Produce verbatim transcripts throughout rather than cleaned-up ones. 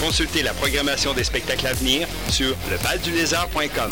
consulter la programmation des spectacles à venir sur le val du lézard point com.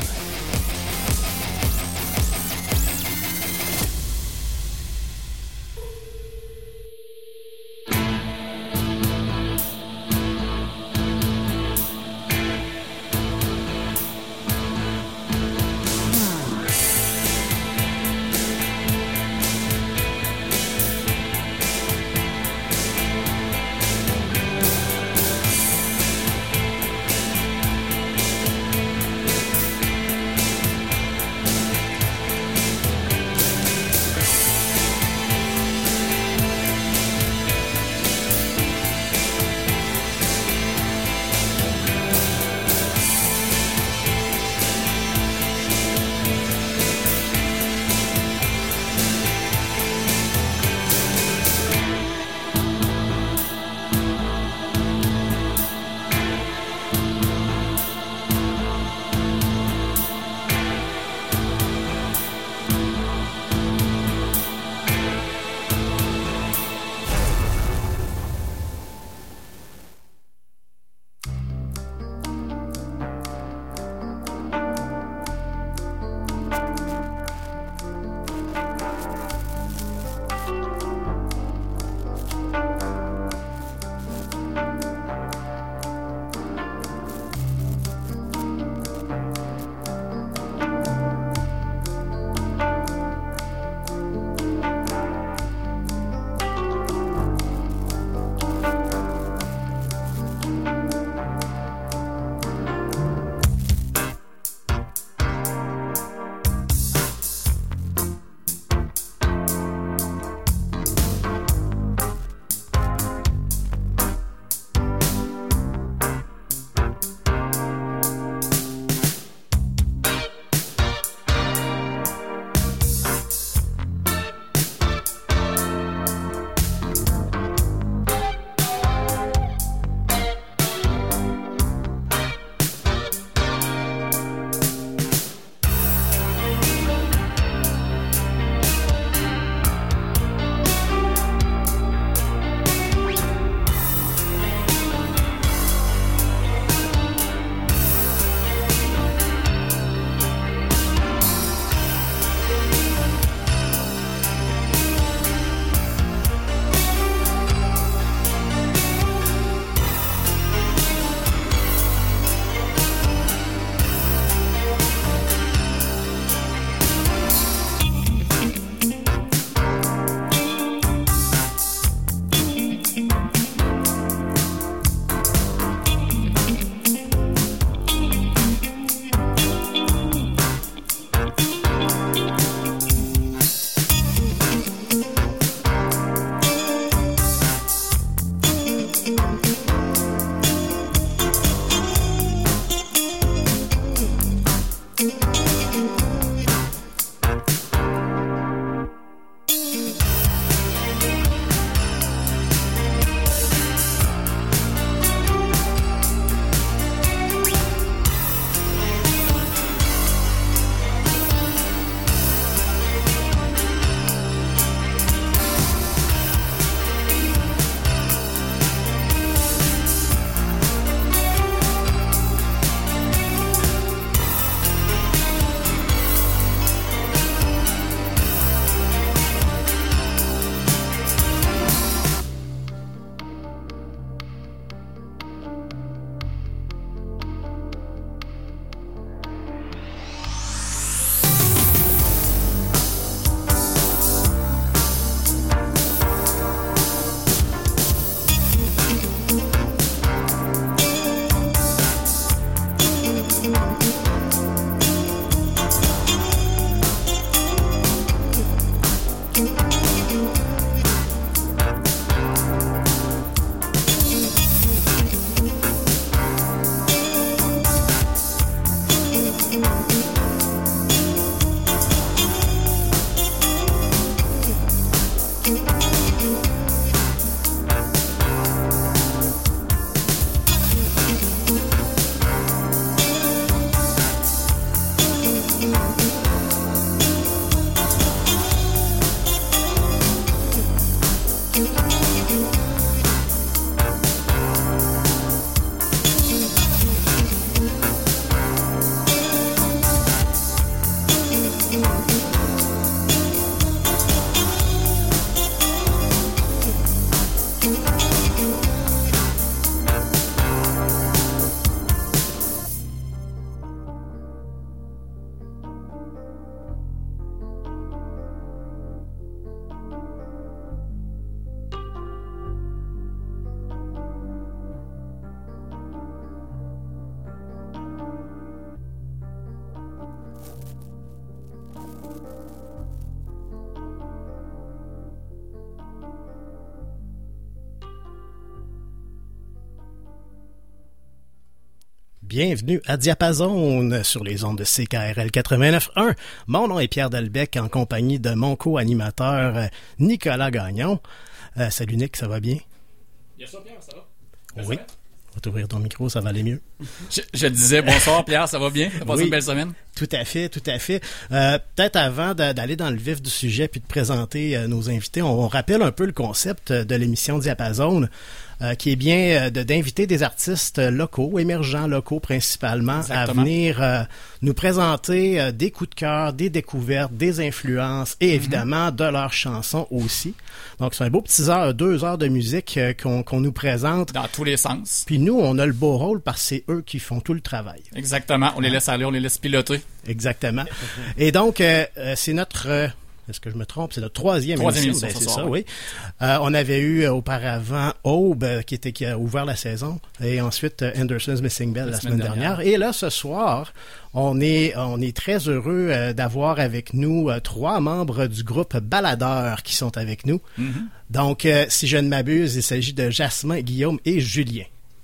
Bienvenue à Diapason sur les ondes de C K R L quatre-vingt-neuf point un. Mon nom est Pierre Delbecq en compagnie de mon co-animateur Nicolas Gagnon. Euh, salut Nick, ça va bien? Bien sûr, Pierre, ça va? Oui. On va t'ouvrir ton micro, ça va aller mieux. Je, je disais bonsoir Pierre, ça va bien? T'as passé oui, une belle semaine? Tout à fait, tout à fait. Euh, peut-être avant de, d'aller dans le vif du sujet puis de présenter euh, nos invités, on, on rappelle un peu le concept de l'émission Diapason. Euh, qui est bien euh, de, d'inviter des artistes locaux, émergents locaux principalement, Exactement. à venir euh, nous présenter euh, des coups de cœur, des découvertes, des influences et évidemment mm-hmm. de leurs chansons aussi. Donc c'est un beau petit heure, deux heures de musique euh, qu'on, qu'on nous présente. Dans tous les sens. Puis nous, on a le beau rôle parce que c'est eux qui font tout le travail. Exactement, on les laisse aller, on les laisse piloter. Exactement. Et donc, euh, euh, c'est notre... Euh, Est-ce que je me trompe? C'est notre troisième, troisième émission. émission ben, c'est ça, oui. Euh, on avait eu euh, auparavant Aube, euh, qui était qui a ouvert la saison, et ensuite euh, Anderson's Missing Bell la, la semaine, semaine dernière. dernière. Et là, ce soir, on est on est très heureux euh, d'avoir avec nous euh, trois membres du groupe Baladeur qui sont avec nous. Mm-hmm. Donc, euh, si je ne m'abuse, il s'agit de Jasmin, Guillaume et Julien.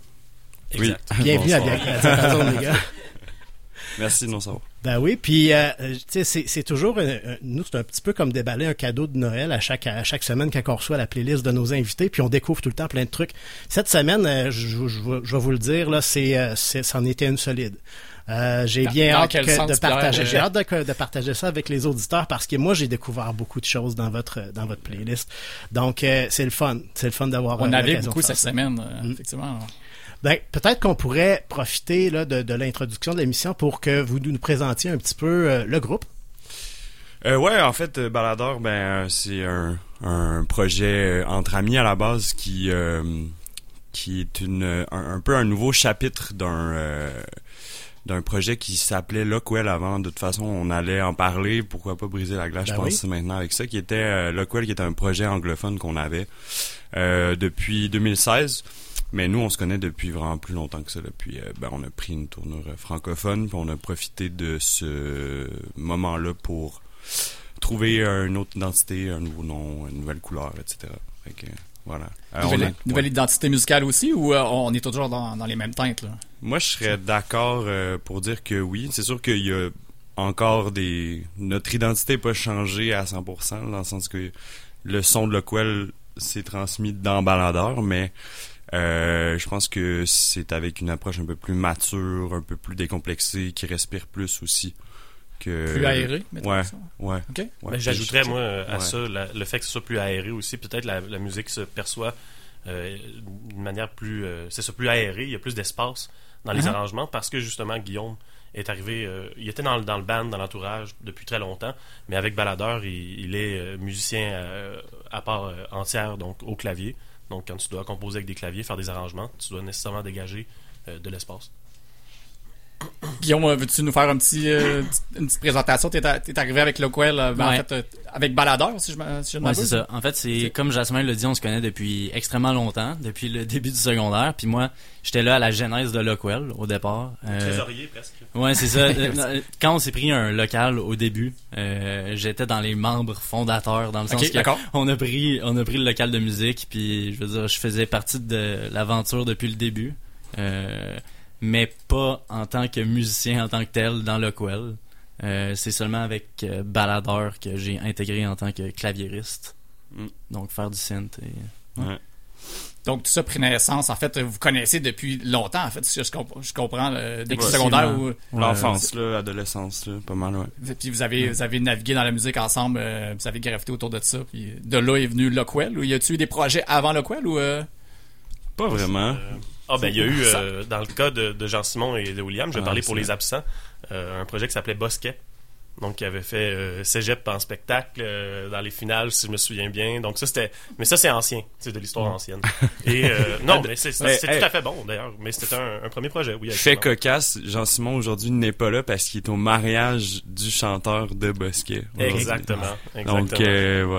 Exact. Oui. Bienvenue à Diapason, les gars. Merci de nous savoir. Ben oui, puis euh, tu sais, c'est, c'est toujours un, un, nous c'est un petit peu comme déballer un cadeau de Noël à chaque à chaque semaine quand on reçoit la playlist de nos invités, puis on découvre tout le temps plein de trucs. Cette semaine, euh, je, je, je vais vous le dire là, c'est, euh, c'est c'en était une solide. Euh, j'ai bien hâte que, de partager, j'ai hâte de, de partager ça avec les auditeurs parce que moi j'ai découvert beaucoup de choses dans votre dans votre playlist. Donc euh, c'est le fun, c'est le fun d'avoir. On avait beaucoup cette ça. semaine, euh, mm. effectivement. Ben, peut-être qu'on pourrait profiter là, de, de l'introduction de l'émission pour que vous nous présentiez un petit peu euh, le groupe. Euh, ouais, en fait, euh, Baladeur, ben, c'est un, un projet entre amis à la base qui euh, qui est une un, un peu un nouveau chapitre d'un euh, d'un projet qui s'appelait Lockwell avant. De toute façon, on allait en parler. Pourquoi pas briser la glace, ben je pense, oui. maintenant avec ça, qui était euh, Lockwell, qui était un projet anglophone qu'on avait euh, depuis deux mille seize. Mais nous, on se connaît depuis vraiment plus longtemps que ça. Là. Puis, euh, ben, on a pris une tournure francophone, puis on a profité de ce moment-là pour trouver une autre identité, un nouveau nom, une nouvelle couleur, et cetera. Fait que, voilà. Alors, nouvelle, a, nouvelle ouais. identité musicale aussi, ou euh, on est toujours dans, dans les mêmes teintes, là? Moi, je serais d'accord euh, pour dire que oui. C'est sûr qu'il y a encore des... Notre identité n'est pas changée à cent pour cent, dans le sens que le son de Lockwell s'est transmis dans Baladeur, mais... Euh, je pense que c'est avec une approche un peu plus mature, un peu plus décomplexée, qui respire plus aussi. Que... Plus aéré, mettons ouais, ça. Ouais, okay. ouais. Ben, j'ajouterais, moi, à ouais. ça, la, le fait que ce soit plus aéré aussi. Peut-être la, la musique se perçoit euh, d'une manière plus... Euh, c'est ça, plus aéré. Il y a plus d'espace dans les uh-huh. arrangements parce que, justement, Guillaume est arrivé... Euh, il était dans, dans le band, dans l'entourage, depuis très longtemps. Mais avec Baladeur, il, il est euh, musicien euh, à part euh, entière, donc au clavier. Donc, quand tu dois composer avec des claviers, faire des arrangements, tu dois nécessairement dégager euh, de l'espace. Guillaume, veux-tu nous faire un petit, euh, une petite présentation? T'es, à, t'es arrivé avec Lockwell, euh, ben, ouais. en fait, euh, avec Baladeur, si je me si je Ouais, c'est ça. En fait, c'est, c'est comme Jasmin l'a dit, on se connaît depuis extrêmement longtemps, depuis le début du secondaire. Puis moi, j'étais là à la genèse de Lockwell, au départ. Euh, Trésorier, presque. Ouais, c'est ça. Quand on s'est pris un local au début, euh, j'étais dans les membres fondateurs, dans le sens okay, que d'accord. on a pris, on a pris le local de musique, puis je veux dire, je faisais partie de l'aventure depuis le début. Euh, mais pas en tant que musicien en tant que tel dans Lockwell. Euh, c'est seulement avec euh, Baladeur que j'ai intégré en tant que claviériste. Mm. Donc faire du synth. Et, ouais. Ouais. Donc tout ça pris naissance. En fait, vous connaissez depuis longtemps, en fait, si je, comp- je comprends, le, depuis le secondaire ou... L'enfance, là, l'adolescence, là, pas mal, ouais. Puis vous avez, vous avez navigué dans la musique ensemble, euh, vous avez gravité autour de ça, puis de là est venu Lockwell, ou y a-tu eu des projets avant Lockwell, ou... Euh... Pas vraiment. Euh... Ah ben il y a eu, euh, dans le cas de, de Jean-Simon et de William, je vais ah, parler pour les absents, euh, un projet qui s'appelait Bosquet. Donc, qui avait fait euh, Cégep en spectacle euh, dans les finales, si je me souviens bien. Donc, ça, c'était... Mais ça, c'est ancien. C'est de l'histoire mmh. ancienne. Et euh, non, mais c'est, c'est, c'est hey, tout à fait bon, d'ailleurs. Mais c'était un, un premier projet, oui. Fait cocasse, Jean-Simon, aujourd'hui, n'est pas là parce qu'il est au mariage du chanteur de Bosquet. Exactement. exactement. Donc, euh, voilà.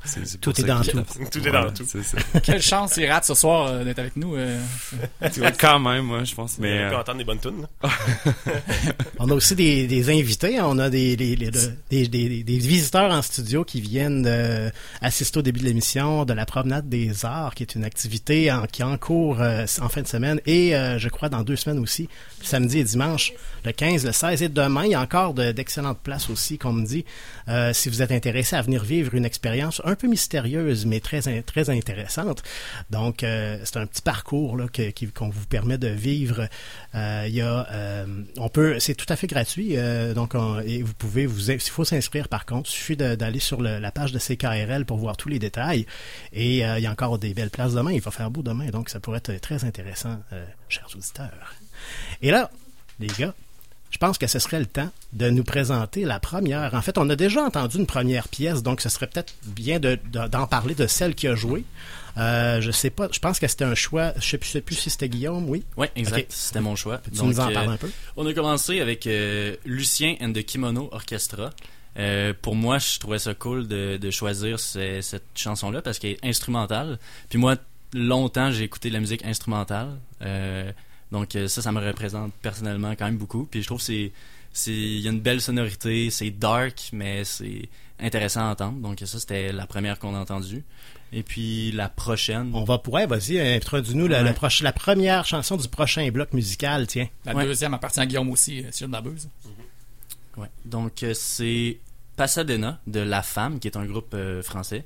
C'est, c'est tout est dans tout. Tout est dans tout. C'est ça. Quelle chance, il rate ce soir euh, d'être avec nous. Euh... Tu vois, quand même, moi, je pense. Mais, On euh... peut entendre des bonnes tunes. On a aussi des, des invités. On a des, des, des, des, des, des visiteurs en studio qui viennent euh, assister au début de l'émission de la Promenade des Arts, qui est une activité en, qui est en cours euh, en fin de semaine et euh, je crois dans deux semaines aussi, samedi et dimanche, le quinze, le seize et demain. Il y a encore de, d'excellentes places aussi, qu'on me dit. Euh, si vous êtes intéressé à venir vivre une expérience un peu mystérieuse, mais très très intéressante. Donc, euh, c'est un petit parcours là, que, qui, qu'on vous permet de vivre. Euh, il y a, euh, on peut, c'est tout à fait gratuit. Euh, donc, on, et vous pouvez vous, il faut s'inscrire par contre. Il suffit de, d'aller sur le, la page de C K R L pour voir tous les détails. Et euh, il y a encore des belles places demain. Il va faire beau demain, donc ça pourrait être très intéressant, euh, chers auditeurs. Et là, les gars, je pense que ce serait le temps de nous présenter la première. En fait, on a déjà entendu une première pièce, donc ce serait peut-être bien de, de, d'en parler de celle qui a joué. Euh, je sais pas, je pense que c'était un choix. Je sais, je sais plus si c'était Guillaume, oui. Oui, exact. Okay. C'était mon choix. Tu donc, nous en parles euh, un peu. On a commencé avec euh, Lucien and the Kimono Orchestra. Euh, pour moi, je trouvais ça cool de, de choisir ce, cette chanson-là parce qu'elle est instrumentale. Puis moi, longtemps, j'ai écouté de la musique instrumentale. Euh, Donc ça, ça me représente personnellement quand même beaucoup. Puis je trouve que c'est, c'est, il y a une belle sonorité, c'est dark, mais c'est intéressant à entendre. Donc ça, c'était la première qu'on a entendue. Et puis la prochaine... On va pouvoir, vas-y, introduis-nous ouais. la, la, proche, la première chanson du prochain bloc musical, tiens. La ouais. deuxième appartient à Guillaume aussi, si je ne m'abuse. Mm-hmm. Ouais. Donc c'est Pasadena de La Femme, qui est un groupe euh, français.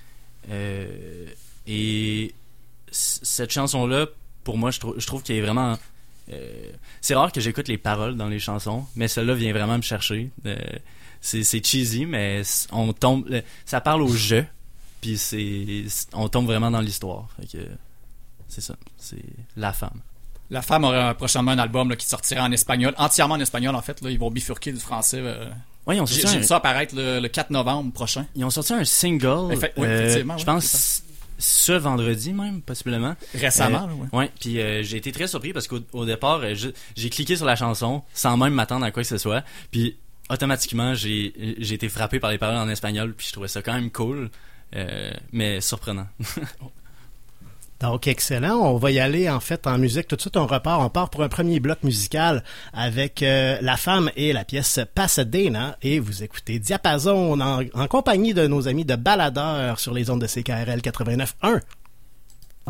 Euh, et c- cette chanson-là, pour moi, je, trou- je trouve qu'il est vraiment... Euh, c'est rare que j'écoute les paroles dans les chansons, mais celle-là vient vraiment me chercher. Euh, c'est, c'est cheesy, mais on tombe... Ça parle au jeu, puis c'est, on tombe vraiment dans l'histoire. Fait que c'est ça, c'est La Femme. La Femme aura prochainement un album là, qui sortira en espagnol, entièrement en espagnol en fait. Là, ils vont bifurquer du français. Euh... Ouais, ils ont sorti j'ai, un... j'ai vu ça apparaître le, le quatre novembre prochain. Ils ont sorti un single, Effect- oui, euh, effectivement, je oui, pense... ce vendredi même, possiblement. Récemment, euh, là, ouais. Ouais, puis euh, j'ai été très surpris parce qu'au au départ, euh, je, j'ai cliqué sur la chanson sans même m'attendre à quoi que ce soit, puis automatiquement, j'ai, j'ai été frappé par les paroles en espagnol, puis je trouvais ça quand même cool, euh, mais surprenant. Donc, excellent. On va y aller, en fait, en musique. Tout de suite, on repart. On part pour un premier bloc musical avec euh, La Femme et la pièce Pasadena. Et vous écoutez Diapason en, en compagnie de nos amis de Baladeurs sur les ondes de C K R L quatre-vingt-neuf point un.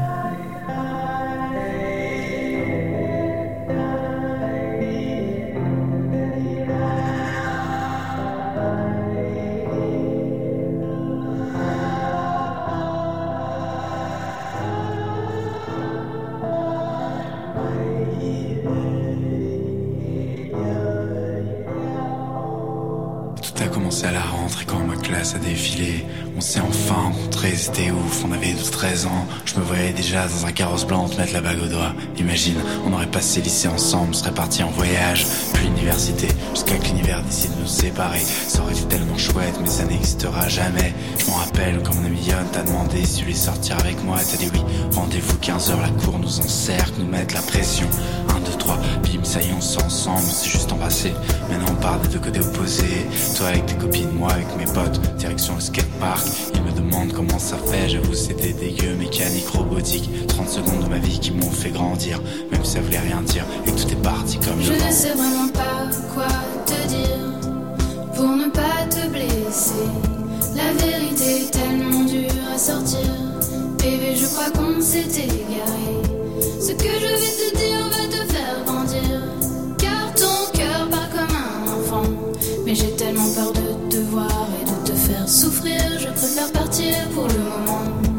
À la rentrée quand ma classe a défilé, on s'est enfin rencontrés, c'était ouf, on avait douze treize ans, je me voyais déjà dans un carrosse blanc te mettre la bague au doigt. Imagine, on aurait passé lycée ensemble, serait parti en voyage, puis université, jusqu'à que l'univers décide de nous séparer. Ça aurait été tellement chouette, mais ça n'existera jamais. Je m'en rappelle quand mon ami Yon t'a demandé si tu voulais sortir avec moi, t'as dit oui. Rendez-vous quinze heures, la cour nous encercle, nous mettre la pression. un, deux, trois, bim, ça y est, on s'est ensemble, on s'est juste embrassé. Maintenant on part des deux côtés opposés, toi avec tes copines, moi avec mes potes, direction le skatepark. Ils me demandent comment ça fait, j'avoue c'était dégueu, mécanique, robotique. trente secondes de ma vie qui m'ont fait grandir, même si ça voulait rien dire, et que tout est parti comme je le vent. ne sais vraiment pas quoi te dire, pour ne pas te blesser. La vérité est tellement dure à sortir, bébé je crois qu'on s'est égaré. Ce que je vais te dire va te faire grandir, car ton cœur part comme un enfant. Mais j'ai tellement peur de te voir et de te faire souffrir, je préfère partir pour le moment.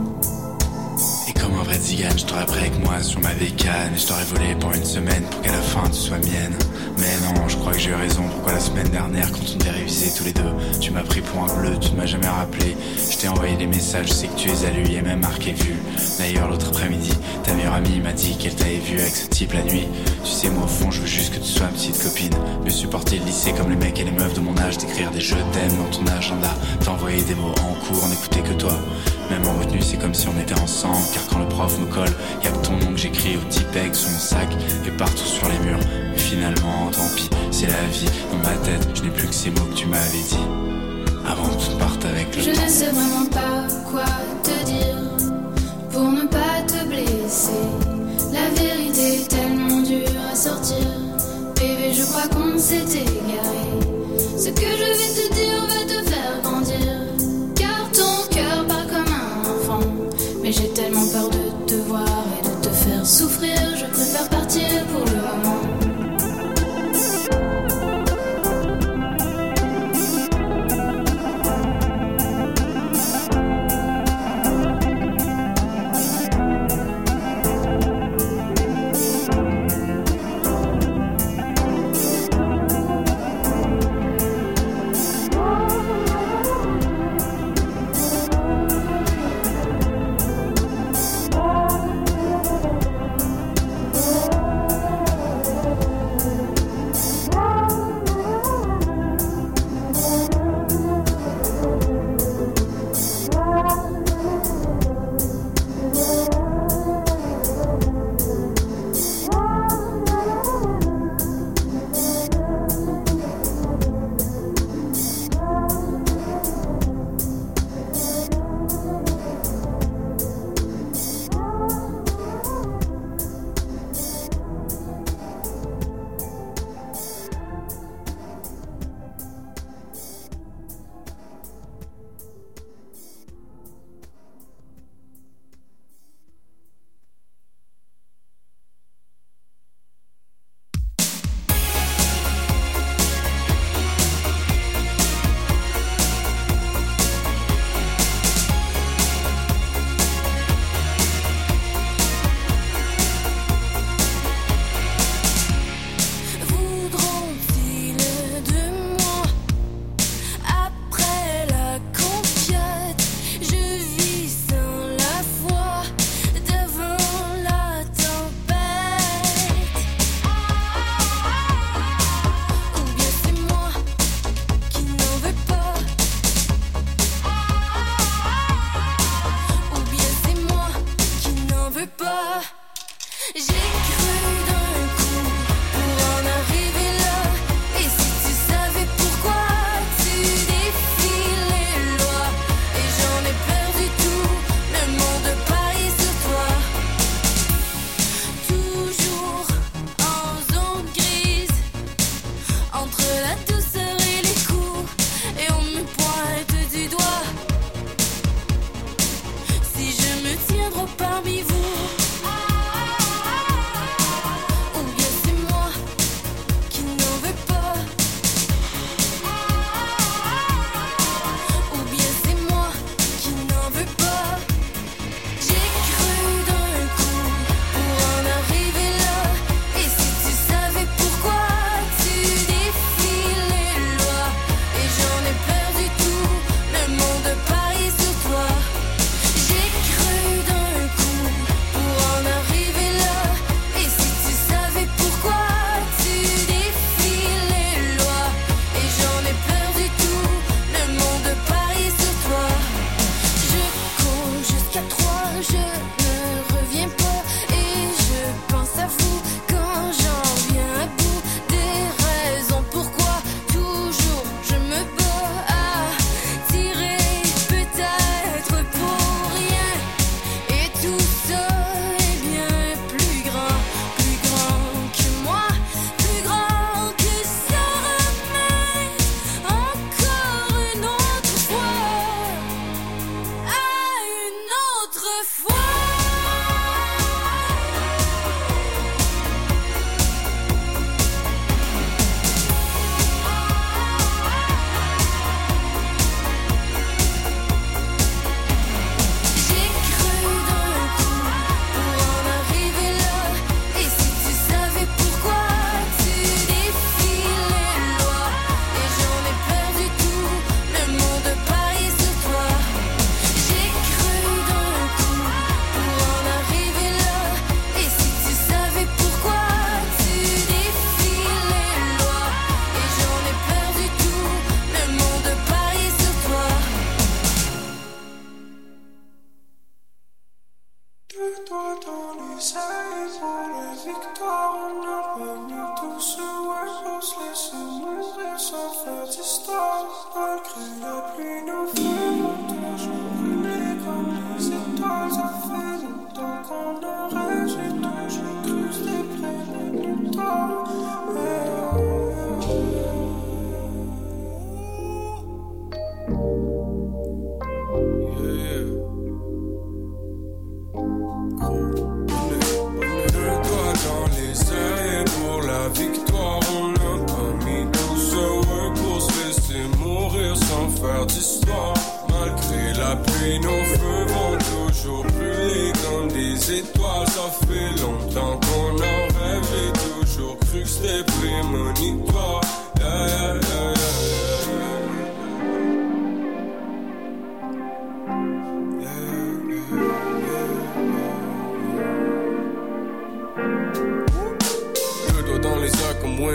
Et comme un vrai zigane, je t'aurais pris avec moi sur ma bécane, et je t'aurais volé pour une semaine pour qu'à la fin tu sois mienne. Mais non, je crois que j'ai eu raison. Pourquoi la semaine dernière, quand on devait réviser tous les deux, tu m'as pris pour un bleu, tu ne m'as jamais rappelé. Je t'ai envoyé des messages, je sais que tu les as lus et même marqué vu. D'ailleurs, l'autre après-midi, ta meilleure amie m'a dit qu'elle t'avait vu avec ce type la nuit. Tu sais, moi au fond, je veux juste que tu sois ma petite copine. Mieux supporter le lycée comme les mecs et les meufs de mon âge, d'écrire des je t'aime dans ton agenda, t'envoyer des mots en cours, n'écouter que toi. Même en retenue, c'est comme si on était ensemble, car quand le prof me colle, y'a que ton nom que j'écris au T-Peg sur mon sac et partout sur les murs. Mais finalement, tant pis, c'est la vie. Dans ma tête, je n'ai plus que ces mots que tu m'avais dit. avant que tout parte avec le Je temps. ne sais vraiment pas quoi te dire pour ne pas te blesser. La vérité est tellement dure à sortir. Bébé, je crois qu'on s'est égaré. Ce que je vais te dire va te faire grandir, car ton cœur part comme un enfant. Mais j'ai tellement peur de te voir et de te faire souffrir. Je préfère partir pour le moment. Sans faire d'histoire, malgré la pluie.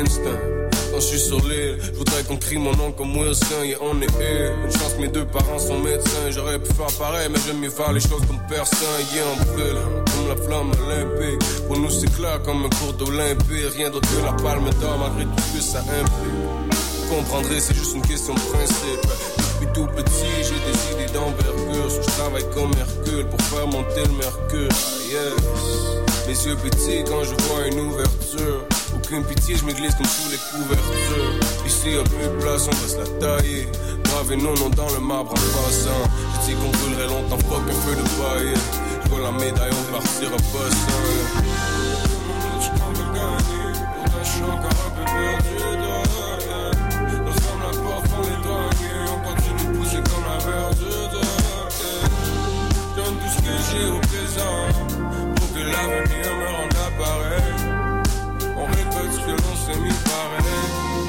Winston. Quand je suis sur l'île, je voudrais qu'on crie mon nom comme Wilson, yeah on est here. Une chance que mes deux parents sont médecins, j'aurais pu faire pareil, mais j'aime mieux faire les choses comme personne, yeah on brûle, comme la flamme olympique. Pour nous c'est clair comme un cours d'Olympie, rien d'autre que la palme d'or malgré tout ce que ça implique. Vous comprendrez, c'est juste une question de principe. Depuis tout petit, j'ai des idées d'envergure, so je travaille comme Hercule pour faire monter le mercure, ah yes. Mes yeux petits quand je vois une ouverture. Aucune pitié, je m'église comme sous les couvertures. Ici y'a plus de place, on va se la tailler. Graver nos noms dans le marbre en passant. J'ai dit qu'on brûlerait longtemps, fuck un feu de paille. Je vois la médaille, on partira pas sans. Je qu'on veut gagner, pourtant je suis encore un peu perdu. Nos femmes la porte font les douaniers. On continue de pousser comme la verdure. Donne tout ce que j'ai au présent pour que l'avenir me rende appareil. On répète ce que l'on s'est mis pareil.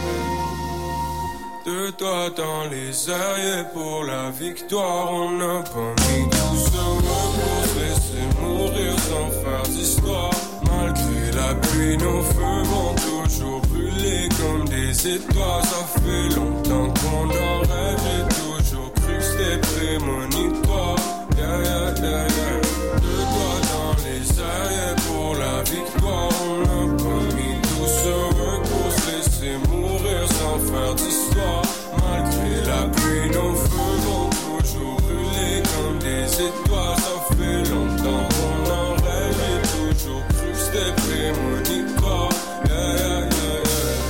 De toi dans les airs pour la victoire. On n'a pas mis tout ce repos, se laisser mourir sans faire d'histoire. Malgré la pluie, nos feux vont toujours brûler comme des étoiles. Ça fait longtemps qu'on en rêve, j'ai toujours cru que c'était prémonitoire. Yeah, yeah, yeah, yeah. De toi dans les airs pour la victoire. On n'a pas mis tout ce repos, se laisser mourir sans faire d'histoire. Malgré la pluie, nos feux vont toujours brûler comme des étoiles. Ça fait longtemps qu'on en rêve, j'ai toujours cru que c'était prémonitoire. Yeah, yeah, yeah, yeah, yeah.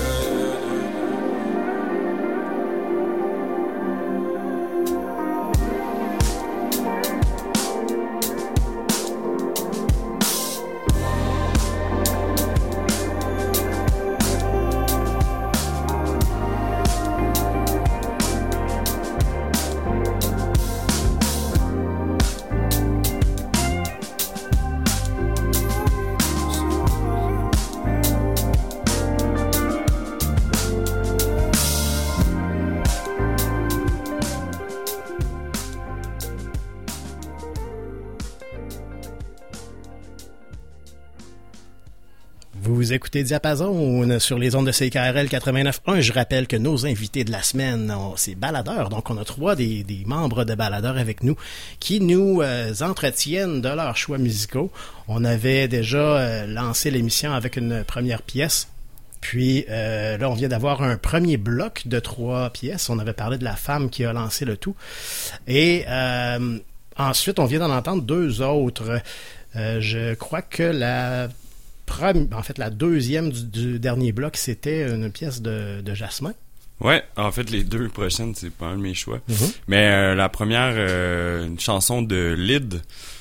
Vous écoutez Diapason sur les ondes de C K R L quatre-vingt-neuf point un. Je rappelle que nos invités de la semaine, on, c'est Baladeur. Donc, on a trois des, des membres de Baladeur avec nous qui nous euh, entretiennent de leurs choix musicaux. On avait déjà euh, lancé l'émission avec une première pièce. Puis euh, là, on vient d'avoir un premier bloc de trois pièces. On avait parlé de la femme qui a lancé le tout. Et euh, ensuite, on vient d'en entendre deux autres. Euh, je crois que la... En fait, la deuxième du, du dernier bloc, c'était une pièce de, de Jasmin. Ouais, en fait, les deux prochaines, c'est pas un de mes choix. Mm-hmm. Mais euh, la première, euh, une chanson de Lyd,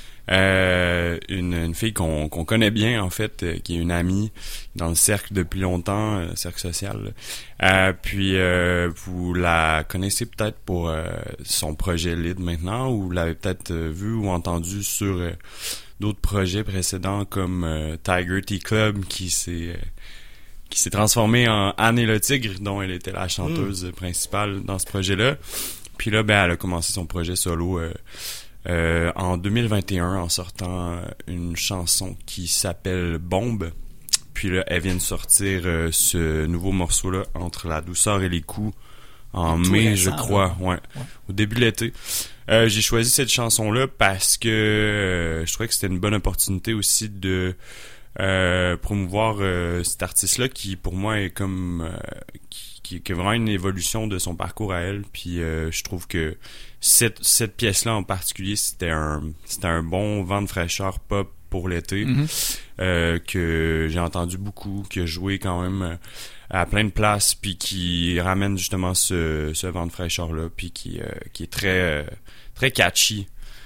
euh, une, une fille qu'on, qu'on connaît bien, en fait, euh, qui est une amie dans le cercle depuis longtemps, euh, cercle social. Euh, puis, euh, vous la connaissez peut-être pour euh, son projet Lyd maintenant, ou vous l'avez peut-être euh, vu ou entendu sur... Euh, d'autres projets précédents comme euh, Tiger Tea Club qui s'est euh, qui s'est transformé en Anne et le Tigre, dont elle était la chanteuse mm. principale dans ce projet-là. Puis là, ben, elle a commencé son projet solo euh, euh, en deux mille vingt et un en sortant une chanson qui s'appelle Bombe. Puis là, elle vient de sortir euh, ce nouveau morceau-là, Entre la douceur et les coups, en mai, récent, je crois, ouais, ouais, au début de l'été. Euh, j'ai choisi cette chanson-là parce que euh, je trouvais que c'était une bonne opportunité aussi de euh, promouvoir euh, cet artiste-là qui, pour moi, est comme euh, qui, qui, qui est vraiment une évolution de son parcours à elle. Puis euh, je trouve que cette cette pièce-là en particulier, c'était un c'était un bon vent de fraîcheur pop pour l'été, mm-hmm. euh, que j'ai entendu beaucoup, qui a joué quand même à plein de places, puis qui ramène justement ce, ce vent de fraîcheur-là, puis qui, euh, qui est très, euh, très catchy.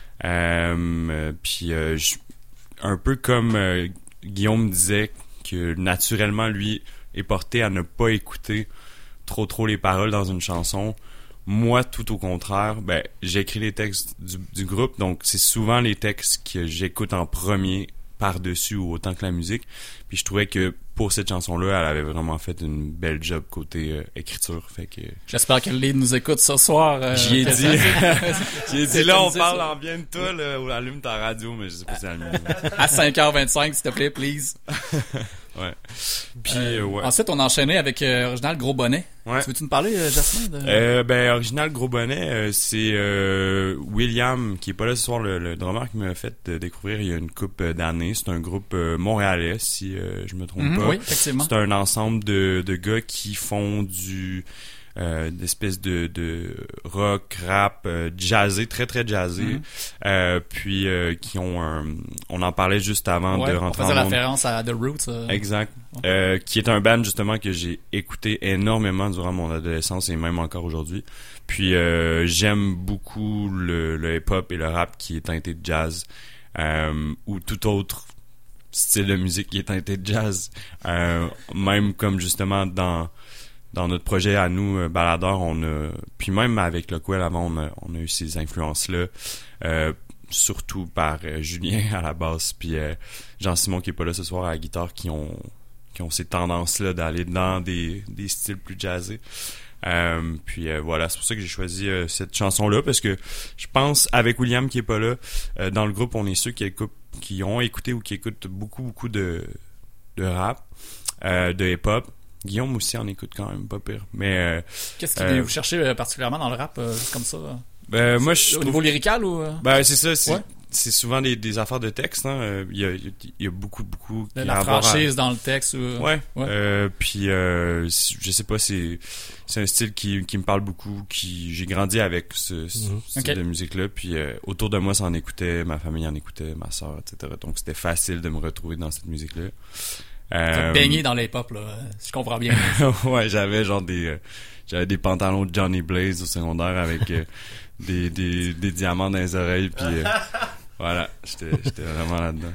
Euh, puis euh, un peu comme euh, Guillaume disait, que naturellement, lui, est porté à ne pas écouter trop trop les paroles dans une chanson. Moi, tout au contraire, ben j'écris les textes du, du groupe, donc c'est souvent les textes que j'écoute en premier par-dessus ou autant que la musique. Puis je trouvais que pour cette chanson-là, elle avait vraiment fait une belle job côté euh, écriture. Fait que j'espère que Lyd nous écoute ce soir. Euh, J'y ai dit. J'y ai dit là, on parle en bien de toi, là, ou allume ta radio, mais je sais pas si c'est la mienne. À cinq heures vingt-cinq, s'il te plaît, please. Ouais. Puis, euh, ouais. Ensuite, on a enchaîné avec euh, Original Gros Bonnet. Ouais. Tu veux-tu nous parler, euh, Jasmin? De... Euh, ben, Original Gros Bonnet, euh, c'est euh, William, qui est pas là ce soir, le, le drummer qui m'a fait euh, découvrir il y a une couple d'années. C'est un groupe euh, montréalais, si euh, je me trompe mm-hmm, pas. Oui, effectivement. C'est un ensemble de, de gars qui font du... Euh, d'espèces de, de rock, rap, euh, jazzé, très très jazzé, mm-hmm. euh, puis euh, qui ont un, on en parlait juste avant ouais, de rentrer en on faisait monde. référence à The Roots. Euh... Exact. Ouais. Euh, qui est un band justement que j'ai écouté énormément durant mon adolescence et même encore aujourd'hui. Puis euh, j'aime beaucoup le, le hip-hop et le rap qui est teinté de jazz, euh, ou tout autre style de musique qui est teinté de jazz, euh, même comme justement dans Dans notre projet à nous, euh, Baladeur, on a... Puis même avec le Quell avant, on a, on a eu ces influences-là. Euh, surtout par euh, Julien à la basse, puis euh, Jean-Simon qui est pas là ce soir à la guitare, qui ont qui ont ces tendances-là d'aller dans des, des styles plus jazzés. Euh, puis euh, voilà, c'est pour ça que j'ai choisi euh, cette chanson-là, parce que je pense, avec William qui est pas là, euh, dans le groupe, on est ceux qui écoutent, qui ont écouté ou qui écoutent beaucoup, beaucoup de, de rap, euh, de hip-hop. Guillaume aussi en écoute quand même, pas pire. Mais euh, qu'est-ce que euh, vous cherchez euh, particulièrement dans le rap, euh, comme ça? Ben, moi, je au niveau lyrical ou? Ben, c'est ça, c'est, ouais. c'est souvent des, des affaires de texte, hein. Il y a, il y a beaucoup, beaucoup. De la franchise à... dans le texte ou. Ouais. ouais. Euh, puis, euh, je sais pas, c'est, c'est un style qui, qui me parle beaucoup, qui, j'ai grandi avec ce, ce mm-hmm. style okay. de musique-là. Puis, euh, autour de moi, ça en écoutait, ma famille en écoutait, ma soeur, et cetera. Donc, c'était facile de me retrouver dans cette musique-là. Euh, baigné dans l'hip-hop, là, je comprends bien. Ouais, j'avais genre des euh, j'avais des pantalons de Johnny Blaze au secondaire avec euh, des, des, des diamants dans les oreilles, puis euh, voilà, j'étais, j'étais vraiment là-dedans.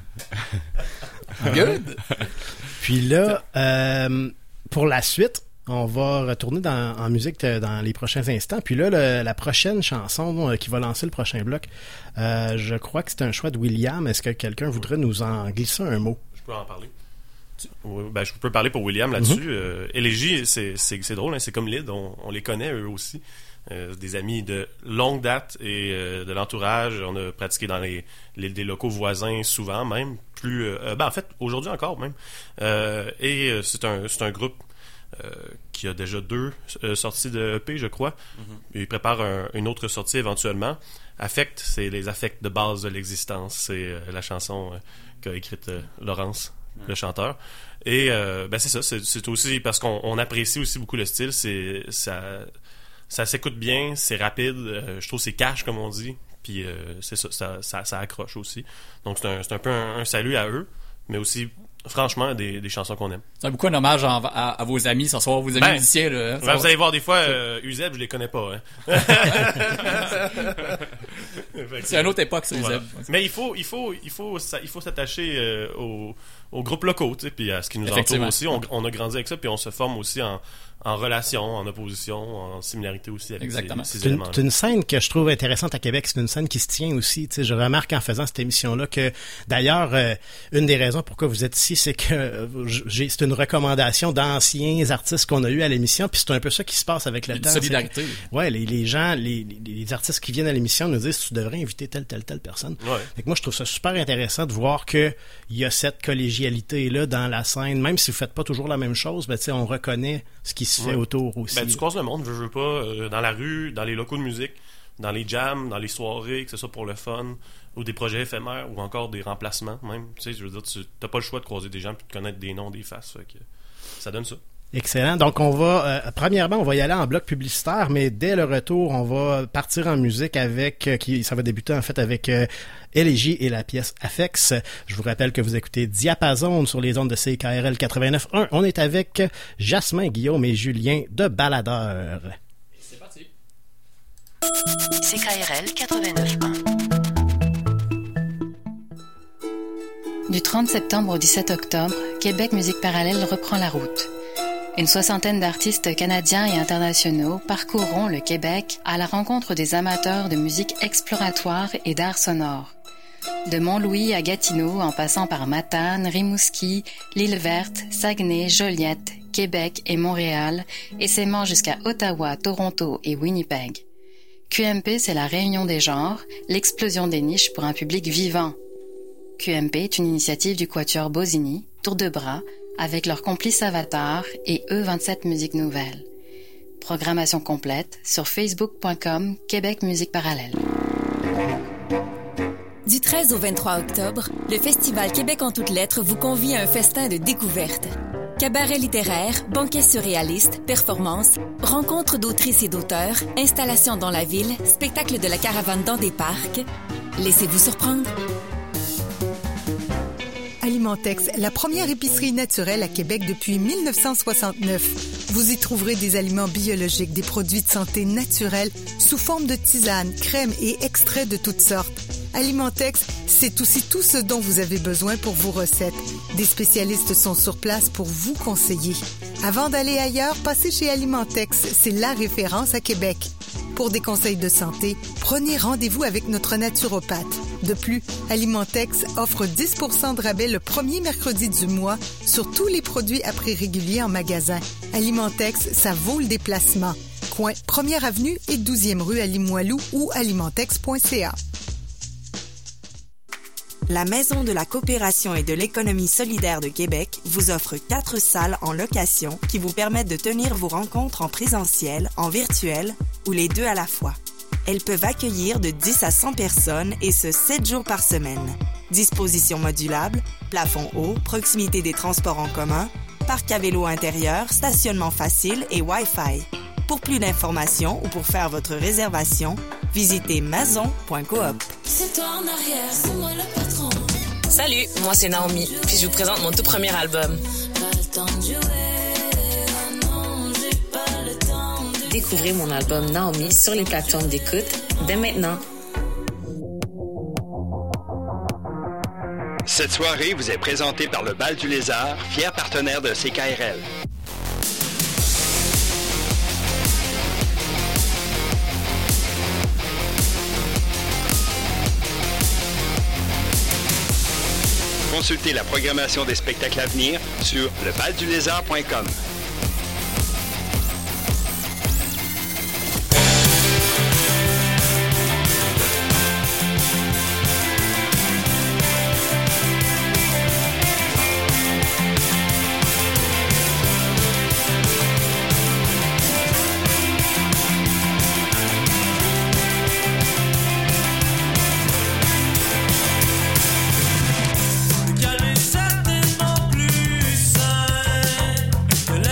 Good! Puis là, euh, pour la suite, on va retourner dans, en musique dans les prochains instants. Puis là, le, la prochaine chanson qui va lancer le prochain bloc, euh, je crois que c'est un choix de William. Est-ce que quelqu'un voudrait nous en glisser un mot? Je peux en parler. Ben, je peux parler pour William là-dessus. Mm-hmm. Euh, Élégie, c'est, c'est, c'est drôle, hein, c'est comme Lyd, on, on les connaît eux aussi. Euh, des amis de longue date et euh, de l'entourage. On a pratiqué dans les, les des locaux voisins souvent, même. Plus, euh, ben, en fait, aujourd'hui encore même. Euh, et euh, c'est un, c'est un groupe euh, qui a déjà deux euh, sorties de E P, je crois. Mm-hmm. Il prépare un, une autre sortie éventuellement. Affect, c'est les affects de base de l'existence. C'est euh, la chanson euh, qu'a écrite euh, Laurence, le chanteur. Et euh, ben c'est ça, c'est, c'est aussi parce qu'on on apprécie aussi beaucoup le style. C'est ça, ça s'écoute bien, c'est rapide. Euh, je trouve que c'est cash comme on dit. Puis euh, c'est ça, ça, ça, ça accroche aussi. Donc c'est un, c'est un peu un, un salut à eux, mais aussi franchement des, des chansons qu'on aime. C'est beaucoup un hommage à, à, à vos amis ce soir, vos amis ben, musiciens. Là, ben, vous allez voir des fois, euh, Uzeb, je les connais pas. Hein. C'est une autre époque, ça, Uzeb. Voilà. Mais il faut, il faut, il faut, ça, il faut s'attacher euh, aux, aux groupes locaux, tu sais, puis à ce qui nous entoure aussi. On, on a grandi avec ça, puis on se forme aussi en, en relation, en opposition, en similarité aussi avec Exactement. ces, ces c'est, une, éléments-là. C'est une scène que je trouve intéressante à Québec. C'est une scène qui se tient aussi. Tu sais, je remarque en faisant cette émission-là que, d'ailleurs, euh, une des raisons pourquoi vous êtes ici, c'est que euh, j'ai, c'est une recommandation d'anciens artistes qu'on a eu à l'émission, puis c'est un peu ça qui se passe avec le une temps. Solidarité. Que, ouais, les, les gens, les, les, les artistes qui viennent à l'émission nous disent tu devrais inviter telle, telle, telle personne. Ouais. Fait que moi, je trouve ça super intéressant de voir que il y a cette collégialité-là dans la scène. Même si vous faites pas toujours la même chose, ben, tu sais, on reconnaît ce qui se fait ouais. autour aussi. Ben, tu croises le monde, je veux pas, euh, dans la rue, dans les locaux de musique, dans les jams, dans les soirées, que ce soit pour le fun, ou des projets éphémères, ou encore des remplacements, même. Tu sais, je veux dire, tu n'as pas le choix de croiser des gens puis de connaître des noms, des faces. Fait que ça donne ça. Excellent. Donc, on va, euh, premièrement, on va y aller en bloc publicitaire, mais dès le retour, on va partir en musique avec, euh, qui, ça va débuter en fait avec euh, Élégie et la pièce Affex. Je vous rappelle que vous écoutez Diapason sur les ondes de C K R L quatre-vingt-neuf point un. On est avec Jasmin, Guillaume et Julien de Baladeur. Et c'est parti. C K R L quatre-vingt-neuf point un. Du trente septembre au dix-sept octobre, Québec Musique Parallèle reprend la route. Une soixantaine d'artistes canadiens et internationaux parcourront le Québec à la rencontre des amateurs de musique exploratoire et d'art sonore. De Mont-Louis à Gatineau, en passant par Matane, Rimouski, L'Île-Verte, Saguenay, Joliette, Québec et Montréal, et s'aimant jusqu'à Ottawa, Toronto et Winnipeg. Q M P, c'est la réunion des genres, l'explosion des niches pour un public vivant. Q M P est une initiative du Quatuor Bosini, Tour de Bras, avec leur complice Avatar et E vingt-sept Musique Nouvelle. Programmation complète sur facebook point com Québec Musique Parallèle. Du treize au vingt-trois octobre, le Festival Québec en toutes lettres vous convie à un festin de découvertes. Cabaret littéraire, banquets surréalistes, performances, rencontres d'autrices et d'auteurs, installations dans la ville, spectacles de la caravane dans des parcs. Laissez-vous surprendre. Alimentex, la première épicerie naturelle à Québec depuis mille neuf cent soixante-neuf. Vous y trouverez des aliments biologiques, des produits de santé naturels sous forme de tisanes, crèmes et extraits de toutes sortes. Alimentex, c'est aussi tout ce dont vous avez besoin pour vos recettes. Des spécialistes sont sur place pour vous conseiller. Avant d'aller ailleurs, passez chez Alimentex, c'est la référence à Québec. Pour des conseils de santé, prenez rendez-vous avec notre naturopathe. De plus, Alimentex offre dix pour cent de rabais le premier mercredi du mois sur tous les produits à prix régulier en magasin. Alimentex, ça vaut le déplacement. Coin première avenue et douzième rue à Limoilou ou alimentex point c a. La Maison de la coopération et de l'économie solidaire de Québec vous offre quatre salles en location qui vous permettent de tenir vos rencontres en présentiel, en virtuel ou les deux à la fois. Elles peuvent accueillir de dix à cent personnes et ce, sept jours par semaine. Disposition modulable, plafond haut, proximité des transports en commun, parc à vélo intérieur, stationnement facile et Wi-Fi. Pour plus d'informations ou pour faire votre réservation, visitez maison point coop. C'est toi en arrière, c'est moi le patron. Salut, moi c'est Naomi, puis je vous présente mon tout premier album. Pas le temps de jouer, non, j'ai pas le temps de... Découvrez mon album Naomi sur les plateformes d'écoute dès maintenant. Cette soirée vous est présentée par le Bal du Lézard, fier partenaire de C K R L. Consultez la programmation des spectacles à venir sur le bal du lézard point com. Certainement plus sain que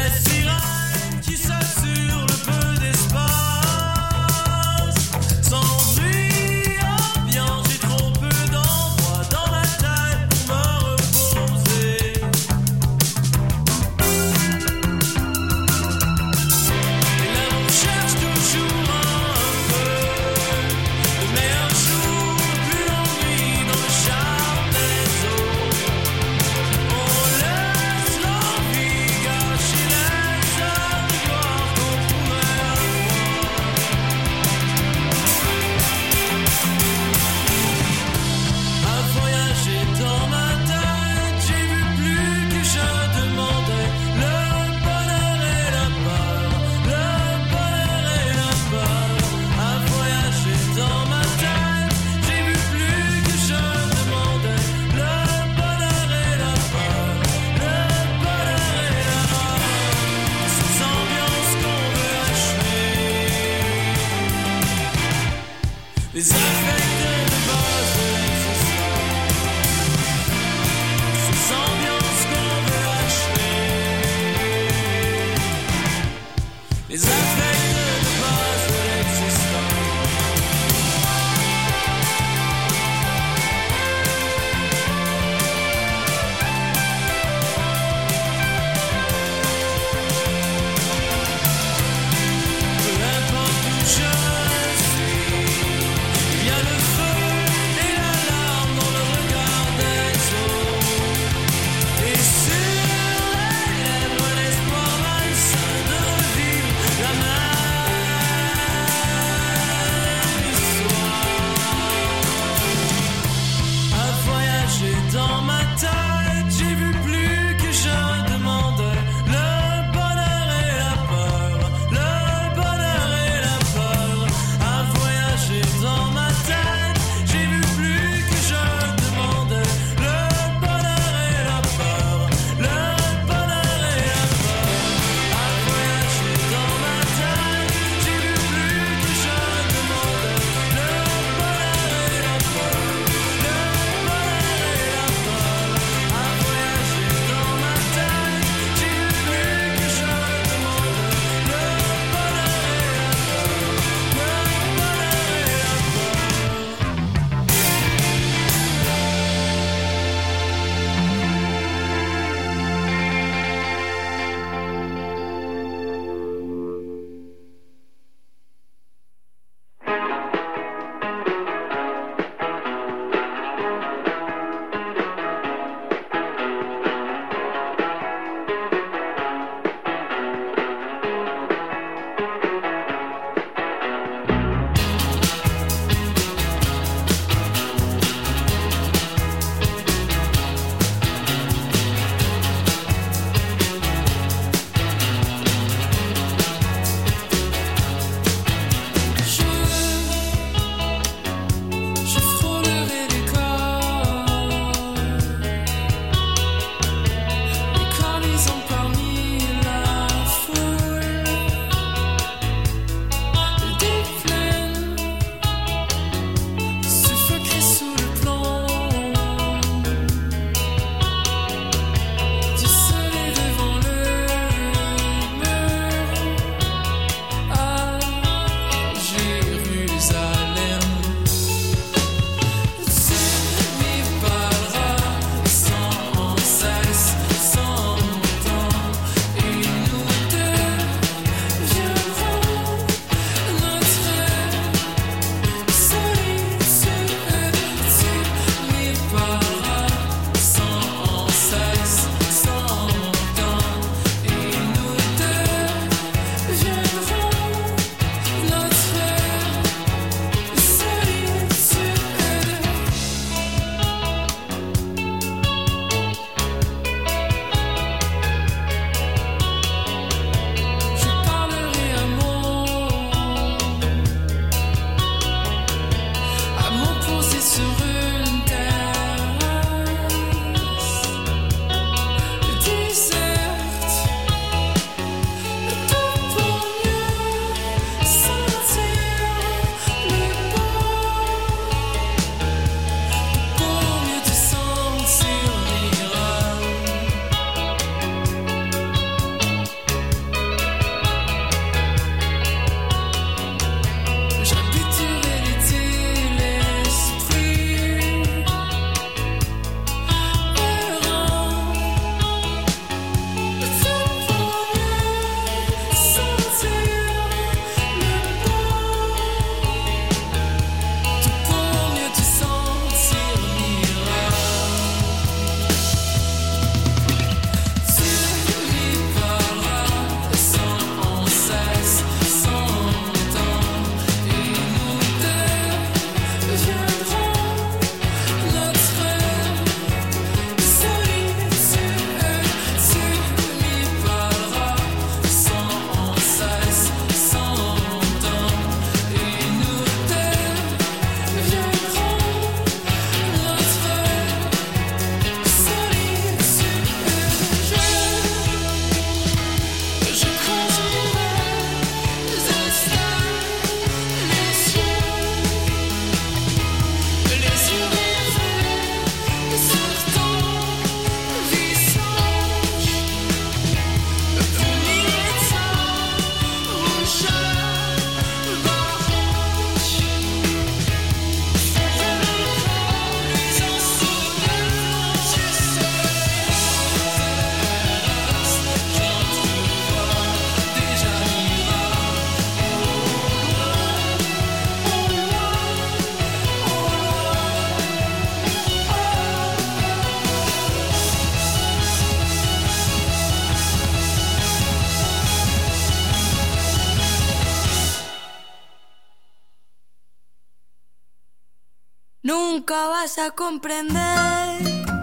Nunca vas a comprender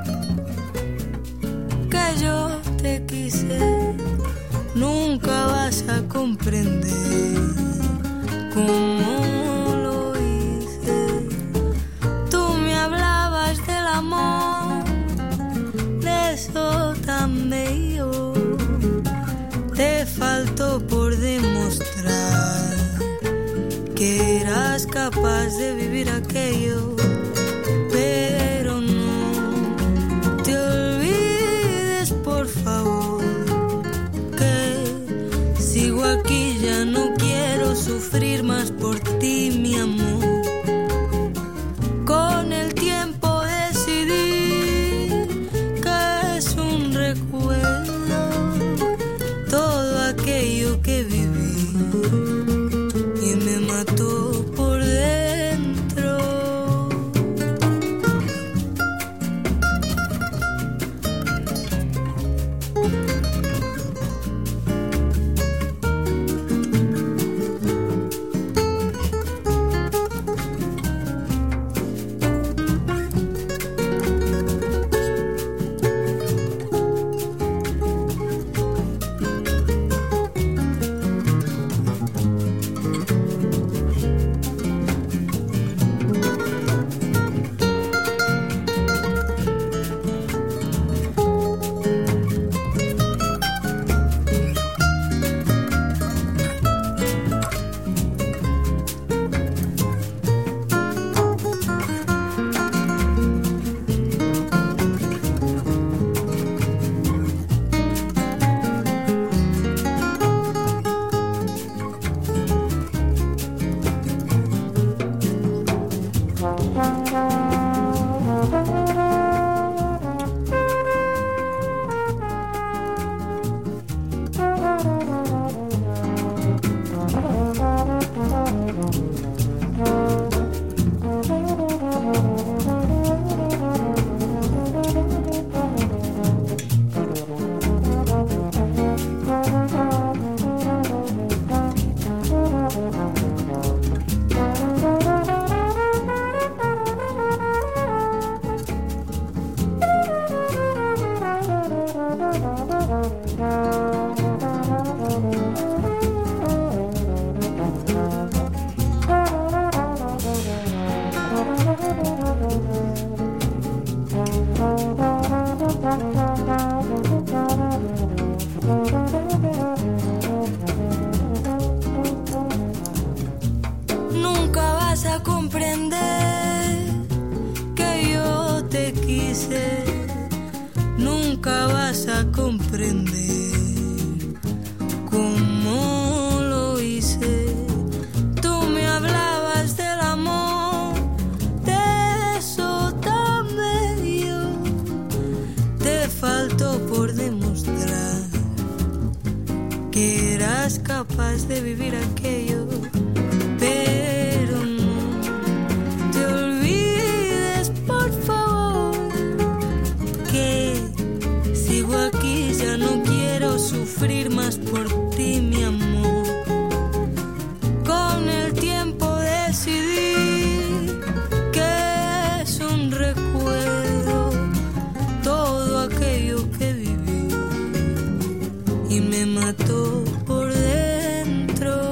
que yo te quise. Nunca vas a comprender cómo lo hice. Tú me hablabas del amor, de eso tan bello. Te faltó por demostrar que eras capaz de vivir aquello, pero no te olvides, por favor, que sigo aquí, ya no quiero sufrir más por ti, mi amor. Con el tiempo decidí que es un recuerdo todo aquello que viví y me mató por dentro. Nunca vas a comprender que yo te quise. Nunca vas a comprender cómo lo hice. Tú me hablabas del amor, de eso tan bello. Te faltó por demostrar que eras capaz de vivir aquello, pero no te olvides, por favor, que sigo aquí, ya no quiero sufrir más por ti, mi amor. Con el tiempo decidí que es un recuerdo todo aquello que viví y me mató por dentro.